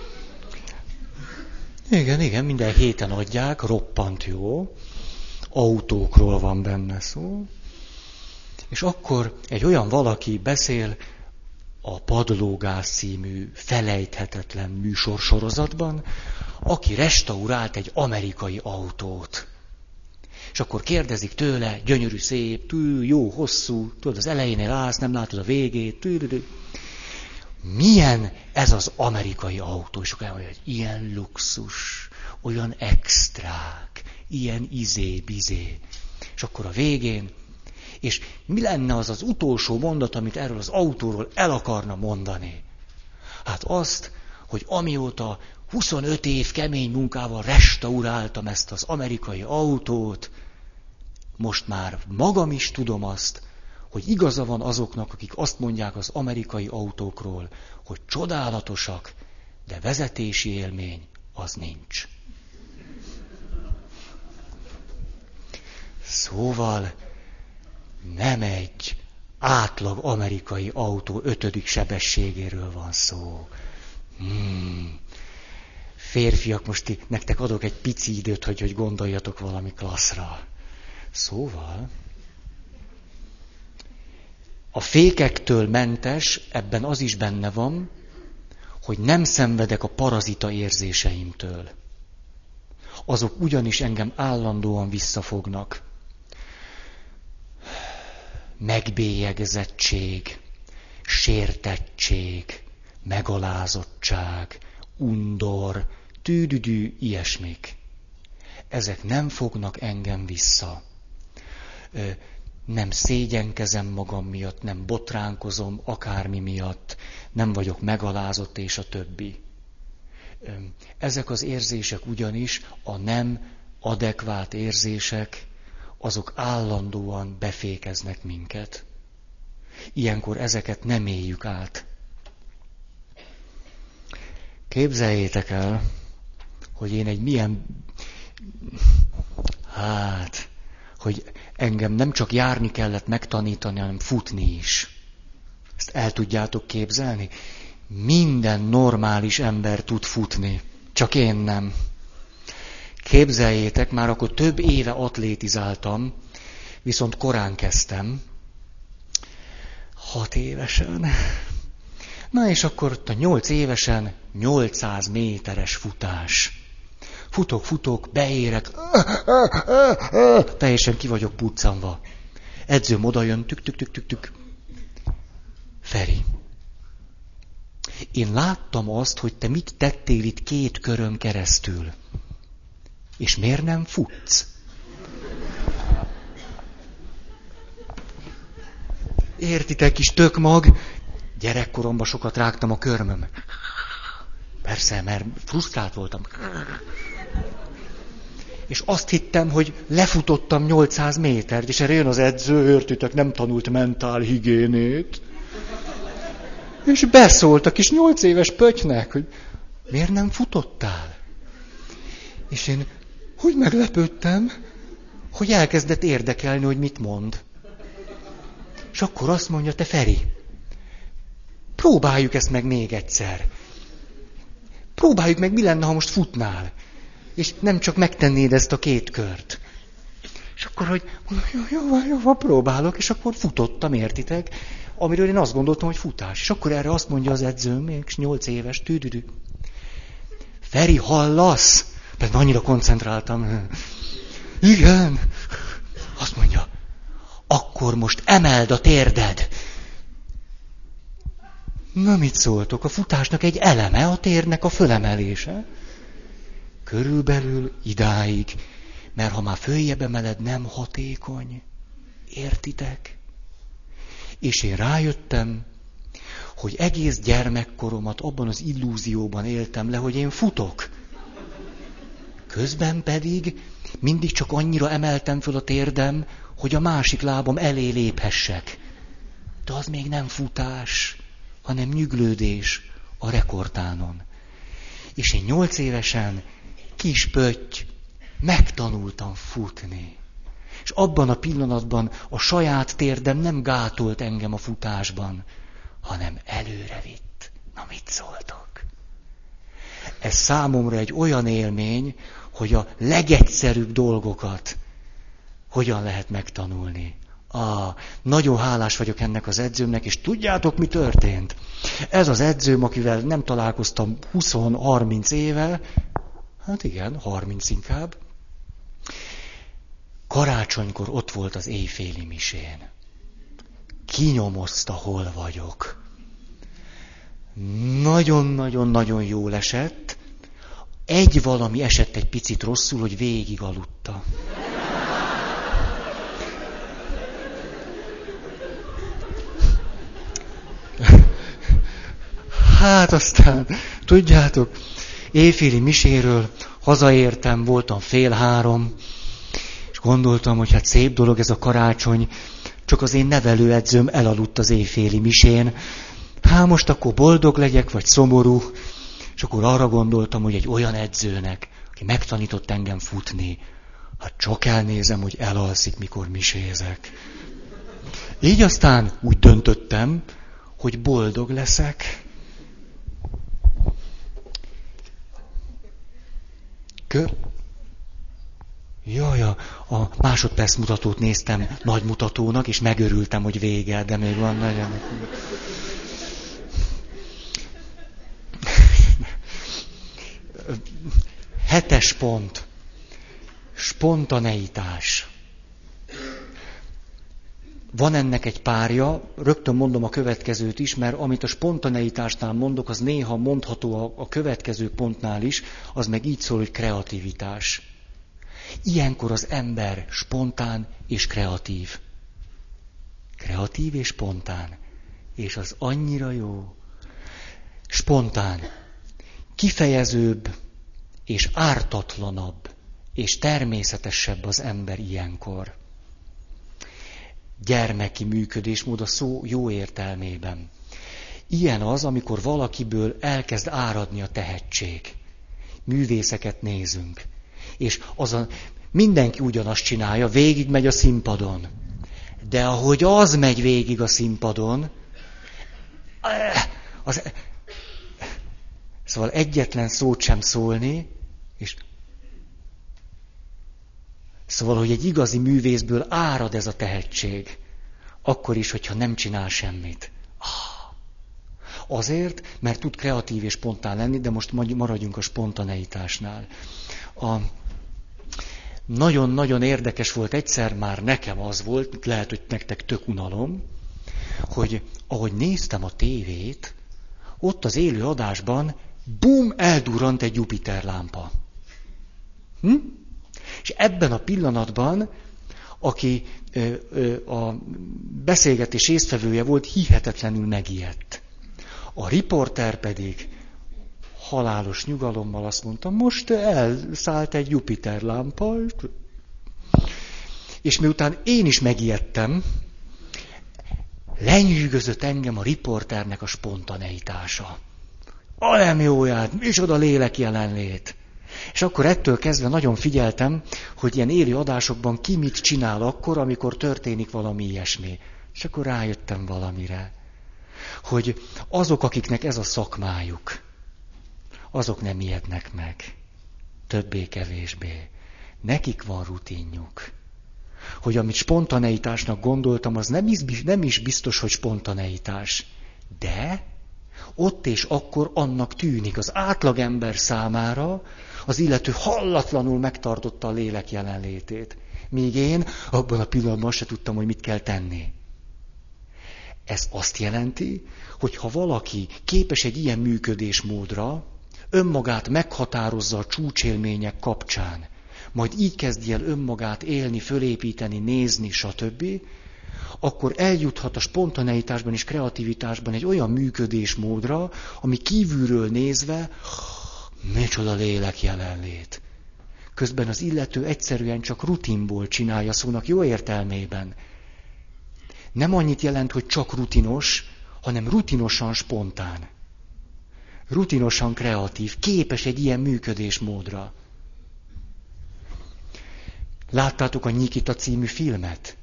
Speaker 1: Igen, minden héten adják, roppant jó. Autókról van benne szó. És akkor egy olyan valaki beszél a Padlógáz című felejthetetlen műsorsorozatban, aki restaurált egy amerikai autót. És akkor kérdezik tőle, gyönyörű, szép, jó, hosszú, tudod, az elejénél állsz, nem látod a végét, milyen ez az amerikai autó? És akkor mondja, hogy ilyen luxus, olyan extrák, ilyen izé-bizé. És akkor a végén, és mi lenne az az utolsó mondat, amit erről az autóról el akarna mondani? Hát azt, hogy amióta 25 év kemény munkával restauráltam ezt az amerikai autót, most már magam is tudom azt, hogy igaza van azoknak, akik azt mondják az amerikai autókról, hogy csodálatosak, de vezetési élmény az nincs. Szóval nem egy átlag amerikai autó 5. sebességéről van szó. Férfiak, most nektek adok egy pici időt, hogy gondoljatok valami klasszra. Szóval a fékektől mentes, ebben az is benne van, hogy nem szenvedek a parazita érzéseimtől. Azok ugyanis engem állandóan visszafognak. megbélyegzettség, sértettség, megalázottság, undor, tűdüdű, ilyesmik. Ezek nem fognak engem vissza. Nem szégyenkezem magam miatt, nem botránkozom akármi miatt, nem vagyok megalázott, és a többi. Ezek az érzések ugyanis, a nem adekvát érzések, azok állandóan befékeznek minket. Ilyenkor ezeket nem éljük át. Képzeljétek el, hogy én egy milyen... hogy engem nem csak járni kellett megtanítani, hanem futni is. Ezt el tudjátok képzelni? Minden normális ember tud futni, csak én nem. Képzeljétek, már akkor több éve atlétizáltam, viszont korán kezdtem. 6 évesen. Na és akkor a 8 évesen 800 méteres futás. Futok, beérek, teljesen ki vagyok puccanva. Edzőm odajön, tük. Feri, én láttam azt, hogy te mit tettél itt 2 körön keresztül. És miért nem futsz? Értitek, kis tökmag? Gyerekkoromban sokat rágtam a körmöm. Persze, mert frusztrált voltam. És azt hittem, hogy lefutottam 800 métert, és erre jön az edző, értitek, nem tanult mentálhigiénét. És beszólt a kis 8 éves pöttynek, hogy miért nem futottál? És én úgy meglepődtem, hogy elkezdett érdekelni, hogy mit mond. És akkor azt mondja, te Feri, próbáljuk ezt meg még egyszer. Próbáljuk meg, mi lenne, ha most futnál. És nem csak megtennéd ezt a 2 kört. És akkor, hogy jó, próbálok, és akkor futottam, értitek? Amiről én azt gondoltam, hogy futás. És akkor erre azt mondja az edzőm, még 8 éves, tűdüdű. Feri, hallasz? Mert annyira koncentráltam. Igen. Azt mondja, akkor most emeld a térded. Na, mit szóltok? A futásnak egy eleme a térnek a fölemelése. Körülbelül idáig, mert ha már följebb emeled, nem hatékony. Értitek? És én rájöttem, hogy egész gyermekkoromat abban az illúzióban éltem le, hogy én futok. Közben pedig mindig csak annyira emeltem föl a térdem, hogy a másik lábam elé léphessek. De az még nem futás, hanem nyüglődés a rekordtánon. És én 8 évesen, kis pötty, megtanultam futni. És abban a pillanatban a saját térdem nem gátolt engem a futásban, hanem előre vitt. Na, mit szóltok? Ez számomra egy olyan élmény, hogy a legegyszerűbb dolgokat hogyan lehet megtanulni. Nagyon hálás vagyok ennek az edzőmnek, és tudjátok, mi történt? Ez az edzőm, akivel nem találkoztam 20-30 éve, hát igen, 30 inkább, karácsonykor ott volt az éjféli misén. Kinyomozta, hol vagyok. Nagyon-nagyon-nagyon jól esett. Egy valami esett egy picit rosszul, hogy végig aludta. Hát aztán, tudjátok, éjféli miséről hazaértem, voltam 2:30, és gondoltam, hogy hát szép dolog ez a karácsony, csak az én nevelőedzőm elaludt az éjféli misén. Hát most akkor boldog legyek, vagy szomorú, és akkor arra gondoltam, hogy egy olyan edzőnek, aki megtanított engem futni, hát csak elnézem, hogy elalszik, mikor misézek. Így aztán úgy döntöttem, hogy boldog leszek. Jaj, a másodperc mutatót néztem nagy mutatónak, és megörültem, hogy vége, de még van nagyon. 7. pont. Spontaneitás. Van ennek egy párja, rögtön mondom a következőt is, mert amit a spontaneitásnál mondok, az néha mondható a következő pontnál is, az meg így szól, hogy kreativitás. Ilyenkor az ember spontán és kreatív. Kreatív és spontán. És az annyira jó. Spontán. Kifejezőbb és ártatlanabb és természetesebb az ember ilyenkor. Gyermeki működésmód a szó jó értelmében. Ilyen az, amikor valakiből elkezd áradni a tehetség. Művészeket nézünk. És mindenki ugyanazt csinálja, végigmegy a színpadon. De ahogy az megy végig a színpadon, szóval egyetlen szót sem szólni, és szóval, hogy egy igazi művészből árad ez a tehetség, akkor is, hogyha nem csinál semmit. Azért, mert tud kreatív és spontán lenni, de most maradjunk a spontaneitásnál. Nagyon-nagyon érdekes volt, egyszer már nekem az volt, lehet, hogy nektek tök unalom, hogy ahogy néztem a tévét, ott az élő adásban, bum, eldurrant egy Jupiter lámpa. És ebben a pillanatban, aki a beszélgetés résztvevője volt, hihetetlenül megijedt. A riporter pedig halálos nyugalommal azt mondta, most elszállt egy Jupiter lámpa, és miután én is megijedtem, lenyűgözött engem a riporternek a spontaneitása. Nem jóját, micsoda lélek jelenlét. És akkor ettől kezdve nagyon figyeltem, hogy ilyen élő adásokban ki mit csinál akkor, amikor történik valami ilyesmi. És akkor rájöttem valamire, hogy azok, akiknek ez a szakmájuk, azok nem ijednek meg. Többé-kevésbé. Nekik van rutinjuk. Hogy amit spontaneitásnak gondoltam, az nem is biztos, hogy spontaneitás. De ott és akkor annak tűnik. Az átlagember számára az illető hallatlanul megtartotta a lélek jelenlétét. Míg én abban a pillanatban se tudtam, hogy mit kell tenni. Ez azt jelenti, hogy ha valaki képes egy ilyen működésmódra, önmagát meghatározza a csúcsélmények kapcsán, majd így kezdi el önmagát élni, fölépíteni, nézni, stb., akkor eljuthat a spontaneitásban és kreativitásban egy olyan működésmódra, ami kívülről nézve, micsoda lélek jelenlét. Közben az illető egyszerűen csak rutinból csinálja szónak jó értelmében. Nem annyit jelent, hogy csak rutinos, hanem rutinosan spontán. Rutinosan kreatív, képes egy ilyen működésmódra. Láttátok a Nyikita című filmet?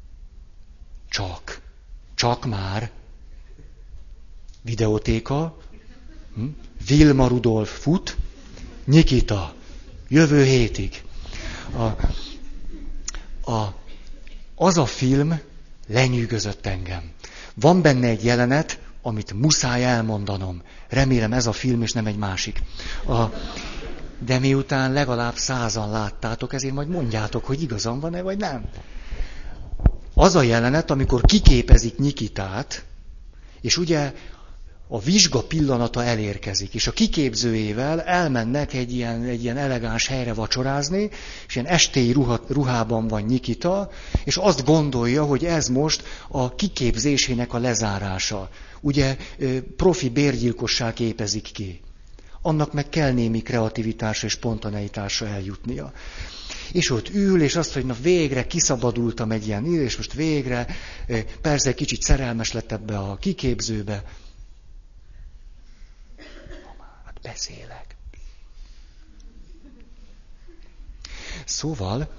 Speaker 1: Csak már. Videótéka. Vilma Rudolf fut. Nyikita. Jövő hétig. Az a film lenyűgözött engem. Van benne egy jelenet, amit muszáj elmondanom. Remélem ez a film, és nem egy másik. De miután legalább 100-an láttátok, ezért majd mondjátok, hogy igazam van-e, vagy nem. Az a jelenet, amikor kiképezik Nyikitát, és ugye a vizsga pillanata elérkezik, és a kiképzőjével elmennek egy ilyen elegáns helyre vacsorázni, és ilyen estélyi ruhában van Nyikita, és azt gondolja, hogy ez most a kiképzésének a lezárása. Ugye profi bérgyilkossá képezik ki. Annak meg kell némi kreativitásra és spontaneitásra eljutnia. És ott ül, és azt, hogy na végre kiszabadultam egy ilyen, és most végre, persze kicsit szerelmes lett ebbe a kiképzőbe. Hát beszélek. Szóval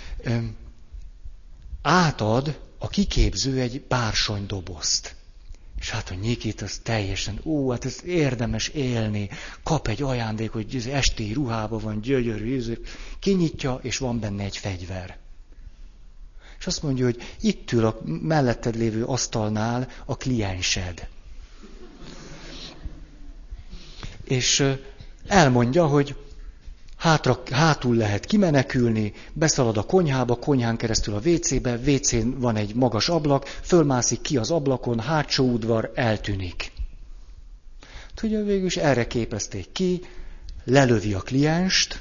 Speaker 1: átad a kiképző egy bársonydobozt. És hát a Nyikit az teljesen, hát ez érdemes élni, kap egy ajándék, hogy ez esti ruhában van, gyönyörű, kinyitja, és van benne egy fegyver. És azt mondja, hogy itt ül a melletted lévő asztalnál a kliensed. És elmondja, hogy hátul lehet kimenekülni, beszalad a konyhába, konyhán keresztül a WC-be, WC-n van egy magas ablak, fölmászik ki az ablakon, hátsó udvar, eltűnik. Ugye végül is erre képezték ki, lelövi a klienst,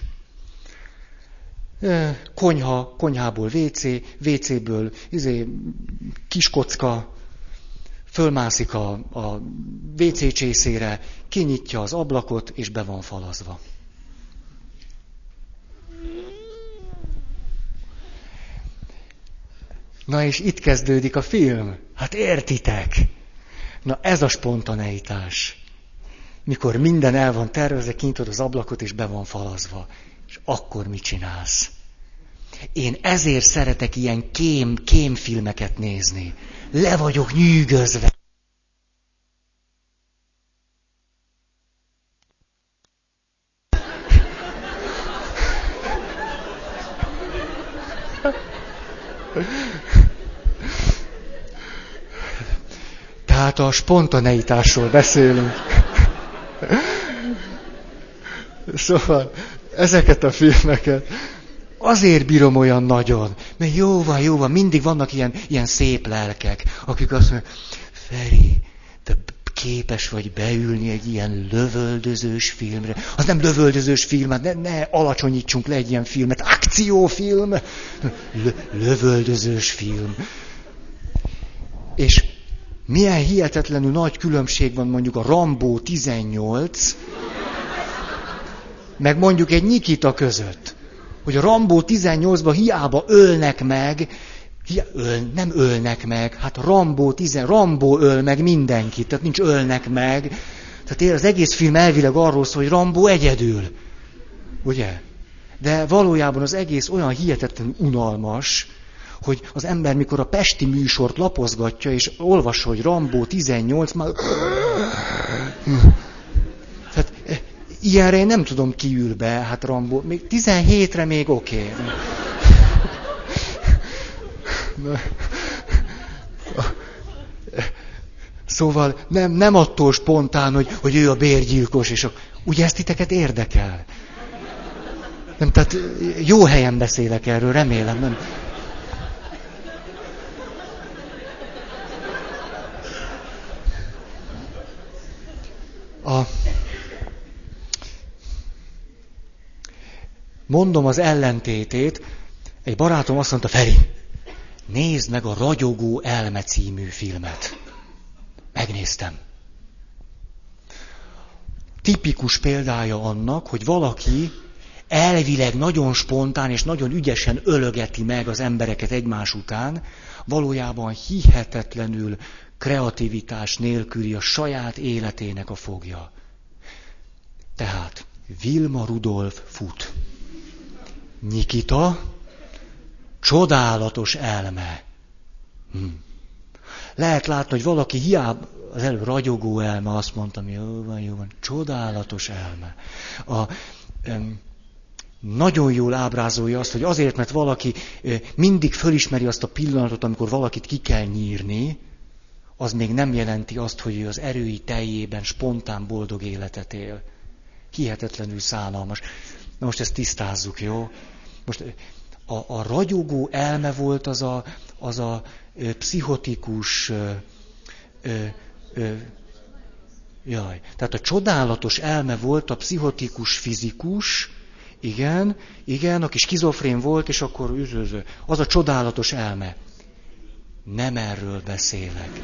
Speaker 1: konyhából WC, WC-ből kiskocka, fölmászik a WC csészére, kinyitja az ablakot, és be van falazva. Na és itt kezdődik a film. Hát értitek? Na ez a spontaneitás. Mikor minden el van tervezve, kinyitod az ablakot, és be van falazva. És akkor mit csinálsz? Én ezért szeretek ilyen kémfilmeket nézni. Le vagyok nyűgözve. Tehát a spontaneitásról beszélünk. Szóval ezeket a filmeket azért bírom olyan nagyon, mert jó van, mindig vannak ilyen szép lelkek, akik azt mondják, Feri, te képes vagy beülni egy ilyen lövöldözős filmre. Az nem lövöldözős film, hát ne alacsonyítsunk le egy ilyen filmet. Akciófilm! Lövöldözős film. És milyen hihetetlenül nagy különbség van mondjuk a Rambo 18, meg mondjuk egy Nikita között. Hogy a Rambo 18-ban hiába ölnek meg, nem ölnek meg, hát Rambo öl meg mindenkit, tehát nincs ölnek meg. Tehát az egész film elvileg arról szól, hogy Rambo egyedül. Ugye? De valójában az egész olyan hihetetlenül unalmas, hogy az ember, mikor a pesti műsort lapozgatja, és olvassa, hogy Rambo 18, már... Tehát ilyenre én nem tudom, ki ül be, hát Rambo, még 17-re még oké. Szóval nem attól spontán, hogy ő a bérgyilkos, és ugye ezt titeket érdekel? Nem, tehát jó helyen beszélek erről, remélem, nem? Mondom az ellentétét, egy barátom azt mondta, Feri, nézd meg a Ragyogó elme című filmet. Megnéztem. Tipikus példája annak, hogy valaki elvileg nagyon spontán és nagyon ügyesen ölögeti meg az embereket egymás után, valójában hihetetlenül kreativitás nélküli a saját életének a fogja. Tehát Vilma Rudolf fut. Nikita, csodálatos elme. Lehet látni, hogy valaki hiába, az előbb ragyogó elme, azt mondtam, jó van, csodálatos elme. Nagyon jól ábrázolja azt, hogy azért, mert valaki mindig fölismeri azt a pillanatot, amikor valakit ki kell nyírni, az még nem jelenti azt, hogy ő az erői teljében spontán boldog életet él. Hihetetlenül szánalmas. Na most ezt tisztázzuk, jó? Most a ragyogó elme volt az a pszichotikus... Tehát a csodálatos elme volt a pszichotikus fizikus, igen, aki skizofrén volt, és akkor az a csodálatos elme. Nem erről beszélek.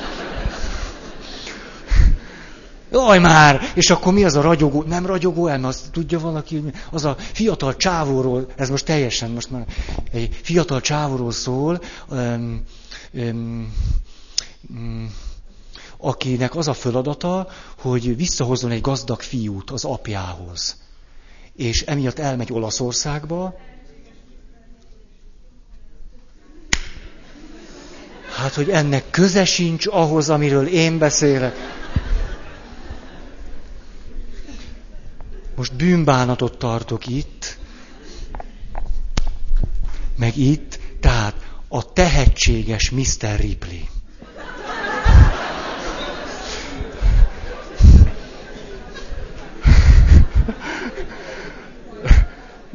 Speaker 1: Jaj már! És akkor mi az a ragyogó? Nem ragyogó elme, azt tudja valaki, az a fiatal csávóról, ez most teljesen, most már egy fiatal csávóról szól, akinek az a feladata, hogy visszahozzon egy gazdag fiút az apjához. És emiatt elmegy Olaszországba. Hát, hogy ennek köze sincs ahhoz, amiről én beszélek. Most bűnbánatot tartok itt, meg itt, tehát a tehetséges Mr. Ripley.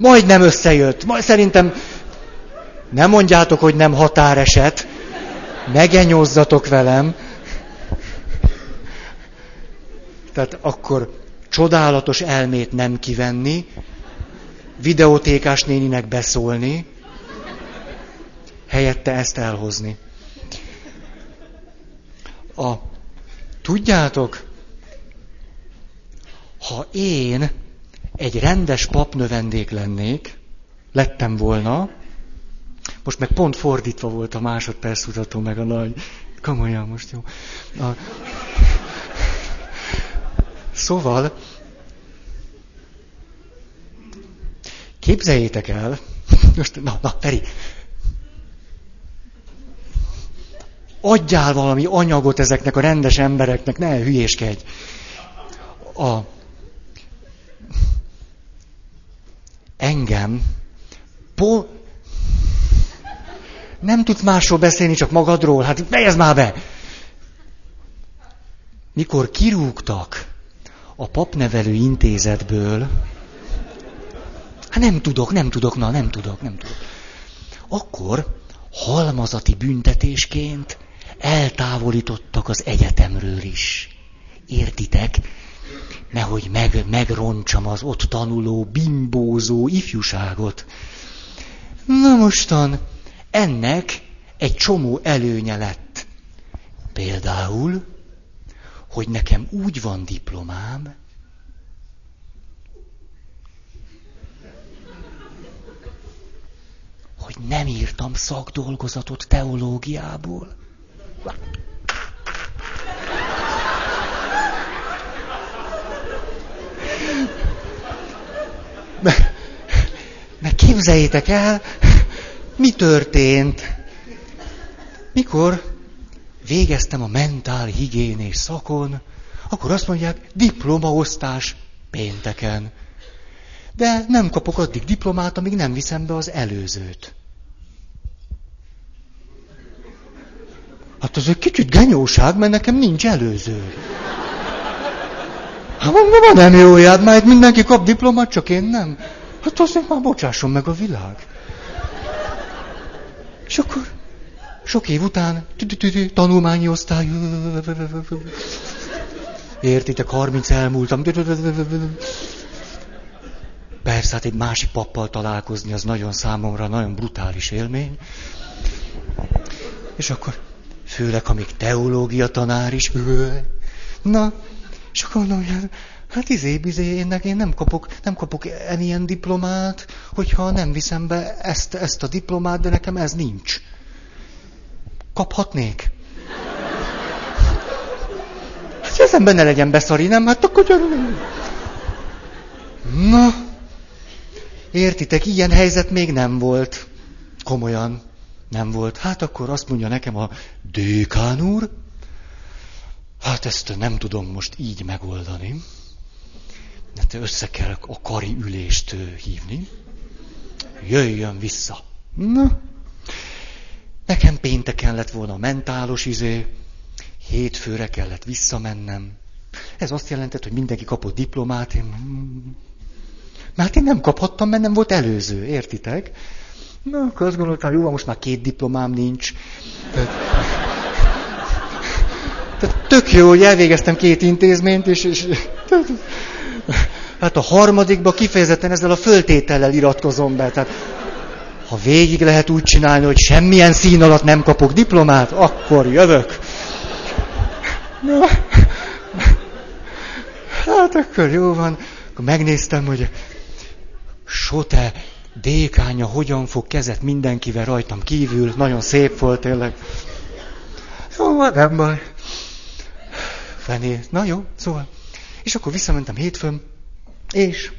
Speaker 1: Majdnem összejött. Szerintem nem mondjátok, hogy nem határeset. Megenyózzatok velem. Tehát akkor csodálatos elmét nem kivenni, videótékás néninek beszólni, helyette ezt elhozni. Tudjátok, ha én egy rendes papnövendék lennék, lettem volna, most meg pont fordítva volt a másodpercmutató, meg a nagy, komolyan most jó. Szóval, képzeljétek el, most, na, Feri, adjál valami anyagot ezeknek a rendes embereknek, ne hülyéskedj. Engem, nem tudsz másról beszélni, csak magadról, hát fejezd már be! Mikor kirúgtak a papnevelő intézetből, hát nem tudok. Akkor halmazati büntetésként eltávolítottak az egyetemről is. Értitek? Nehogy megroncsam az ott tanuló, bimbózó ifjúságot. Na mostan, ennek egy csomó előnye lett. Például, hogy nekem úgy van diplomám, hogy nem írtam szakdolgozatot teológiából. Mert képzeljétek el, mi történt. Mikor végeztem a mentálhigiénés szakon, akkor azt mondják, diplomaosztás pénteken. De nem kapok addig diplomát, amíg nem viszem be az előzőt. Hát az egy kicsit genyóság, mert nekem nincs előző. Hát mondom, nem jó, hát már mindenki kap diplomát, csak én nem. Hát azért már bocsásson meg a világ. És akkor sok év után tanulmányi osztály. Értitek, 30 elmúltam. Persze, hát egy másik pappal találkozni, az nagyon számomra nagyon brutális élmény. És akkor, főleg, ha még teológia tanár is. Na, és akkor mondom, hát én nem kapok ilyen diplomát, hogyha nem viszem be ezt a diplomát, de nekem ez nincs. Kaphatnék? Hát az ember ne legyen beszari, nem? Hát akkor gyerünk. Na, értitek, ilyen helyzet még nem volt. Komolyan nem volt. Hát akkor azt mondja nekem a dékán úr, hát ezt nem tudom most így megoldani. Hát össze kell a kari ülést hívni. Jöjjön vissza. Na, nekem pénteken lett volna a mentálos hétfőre kellett visszamennem. Ez azt jelentett, hogy mindenki kapott diplomát. Mert én nem kaphattam, mert nem volt előző, értitek? Na, akkor azt gondoltam, jó, most már 2 diplomám nincs. Tehát tök jó, hogy elvégeztem 2 intézményt, és hát a harmadikba kifejezetten ezzel a föltétellel iratkozom be. Tehát, ha végig lehet úgy csinálni, hogy semmilyen szín alatt nem kapok diplomát, akkor jövök. Na, hát akkor jó van. Akkor megnéztem, hogy Sote dékánya hogyan fog kezet mindenkivel rajtam kívül. Nagyon szép volt tényleg. Jó, nem baj. Fené. Na jó, szóval. És akkor visszamentem hétfőn, és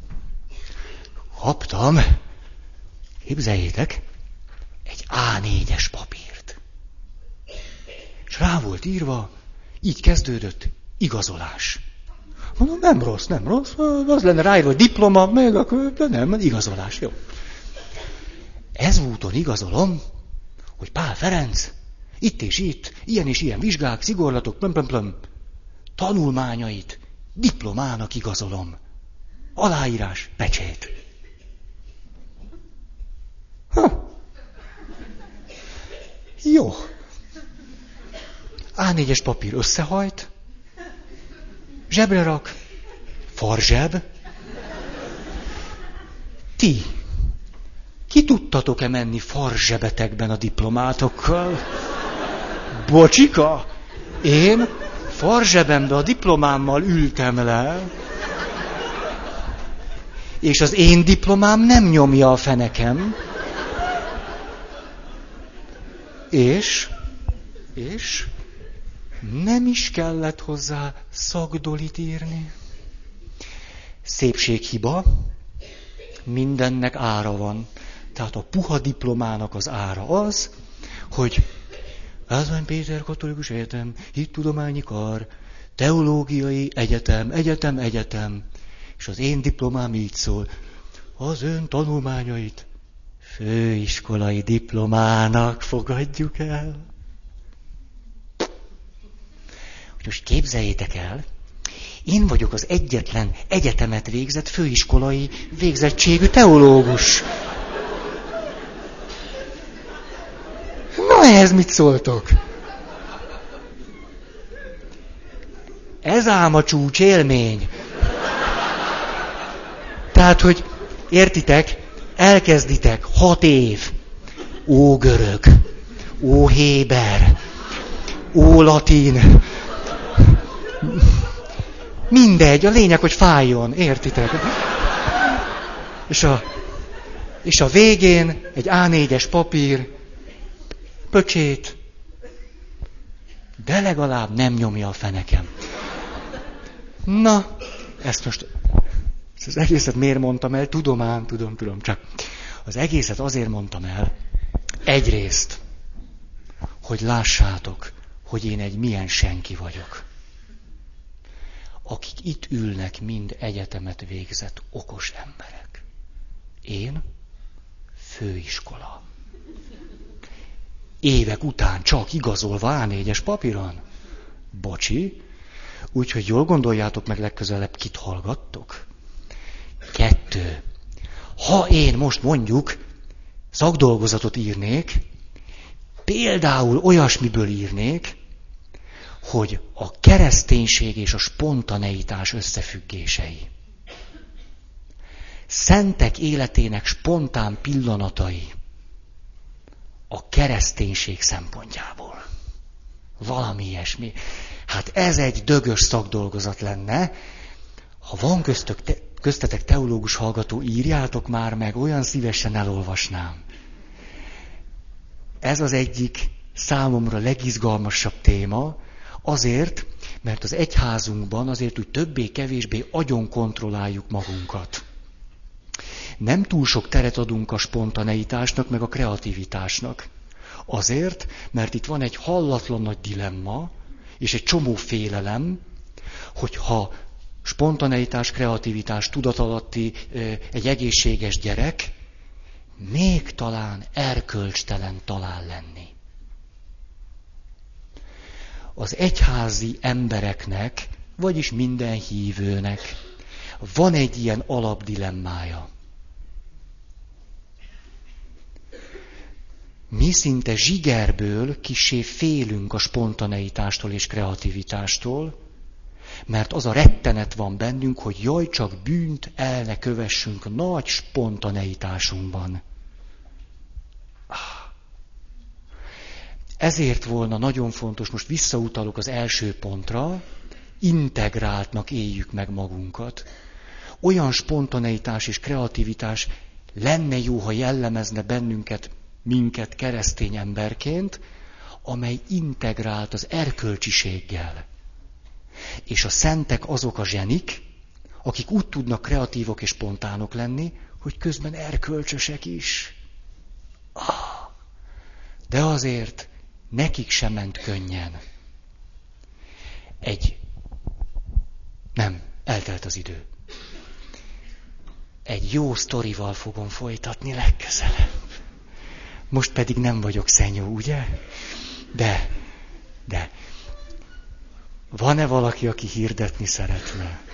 Speaker 1: kaptam, képzeljétek, egy A4-es papírt. És rá volt írva, így kezdődött, igazolás. Mondom, nem rossz, az lenne ráírva, hogy diploma, meg akkor, de nem, igazolás, jó. Ezúton igazolom, hogy Pál Ferenc, itt és itt, ilyen és ilyen vizsgák, szigorlatok, tanulmányait diplomának igazolom. Aláírás, pecsét. Jó. A4-es papír összehajt, zsebre rak, farzseb. Ti, ki tudtatok-e menni farzsebetekben a diplomátokkal? Bocsika, én farzsebembe a diplomámmal ültem le, és az én diplomám nem nyomja a fenekem. És nem is kellett hozzá szakdolit írni. Szépséghiba, mindennek ára van. Tehát a puha diplomának az ára az, hogy Lázvány Péter Katolikus Egyetem, Hittudományi Kar, Teológiai Egyetem, és az én diplomám így szól, az ön tanulmányait főiskolai diplomának fogadjuk el. Most képzeljétek el, én vagyok az egyetlen egyetemet végzett főiskolai végzettségű teológus. Na ehhez mit szóltok? Ez ám a csúcs élmény. Tehát, hogy értitek, elkezditek 6 év. Ó görög, ó héber, ó latin. Mindegy, a lényeg, hogy fájjon, értitek? És a végén egy A4-es papír, pöcsét, de legalább nem nyomja a fenekem. Na, ezt most, az egészet miért mondtam el? Tudom, csak az egészet azért mondtam el, egyrészt, hogy lássátok, hogy én egy milyen senki vagyok. Akik itt ülnek, mind egyetemet végzett okos emberek. Én főiskola. Évek után csak igazolva A4-es papíron. Bocsi. Úgyhogy jól gondoljátok meg legközelebb, kit hallgattok. 2. Ha én most mondjuk szakdolgozatot írnék, például olyasmiből írnék, hogy a kereszténység és a spontaneitás összefüggései. Szentek életének spontán pillanatai a kereszténység szempontjából. Valami ilyesmi. Hát ez egy dögös szakdolgozat lenne. Ha van köztetek teológus hallgató, írjátok már meg, olyan szívesen elolvasnám. Ez az egyik számomra legizgalmasabb téma, azért, mert az egyházunkban azért úgy többé-kevésbé agyon kontrolláljuk magunkat. Nem túl sok teret adunk a spontaneitásnak, meg a kreativitásnak. Azért, mert itt van egy hallatlan nagy dilemma, és egy csomó félelem, hogyha spontaneitás, kreativitás, tudatalatti egy egészséges gyerek, még talán erkölcstelen talál lenni. Az egyházi embereknek, vagyis minden hívőnek van egy ilyen alapdilemmája. Mi szinte zsigerből kissé félünk a spontaneitástól és kreativitástól, mert az a rettenet van bennünk, hogy jaj, csak bűnt el ne kövessünk nagy spontaneitásunkban. Ezért volna nagyon fontos, most visszautalok az első pontra, integráltnak éljük meg magunkat. Olyan spontaneitás és kreativitás lenne jó, ha jellemezne minket keresztény emberként, amely integrált az erkölcsiséggel. És a szentek azok a zsenik, akik úgy tudnak kreatívok és spontánok lenni, hogy közben erkölcsösek is. De azért nekik sem ment könnyen. Eltelt az idő. Egy jó sztorival fogom folytatni legközelebb. Most pedig nem vagyok szenyó, ugye? De van-e valaki, aki hirdetni szeretne?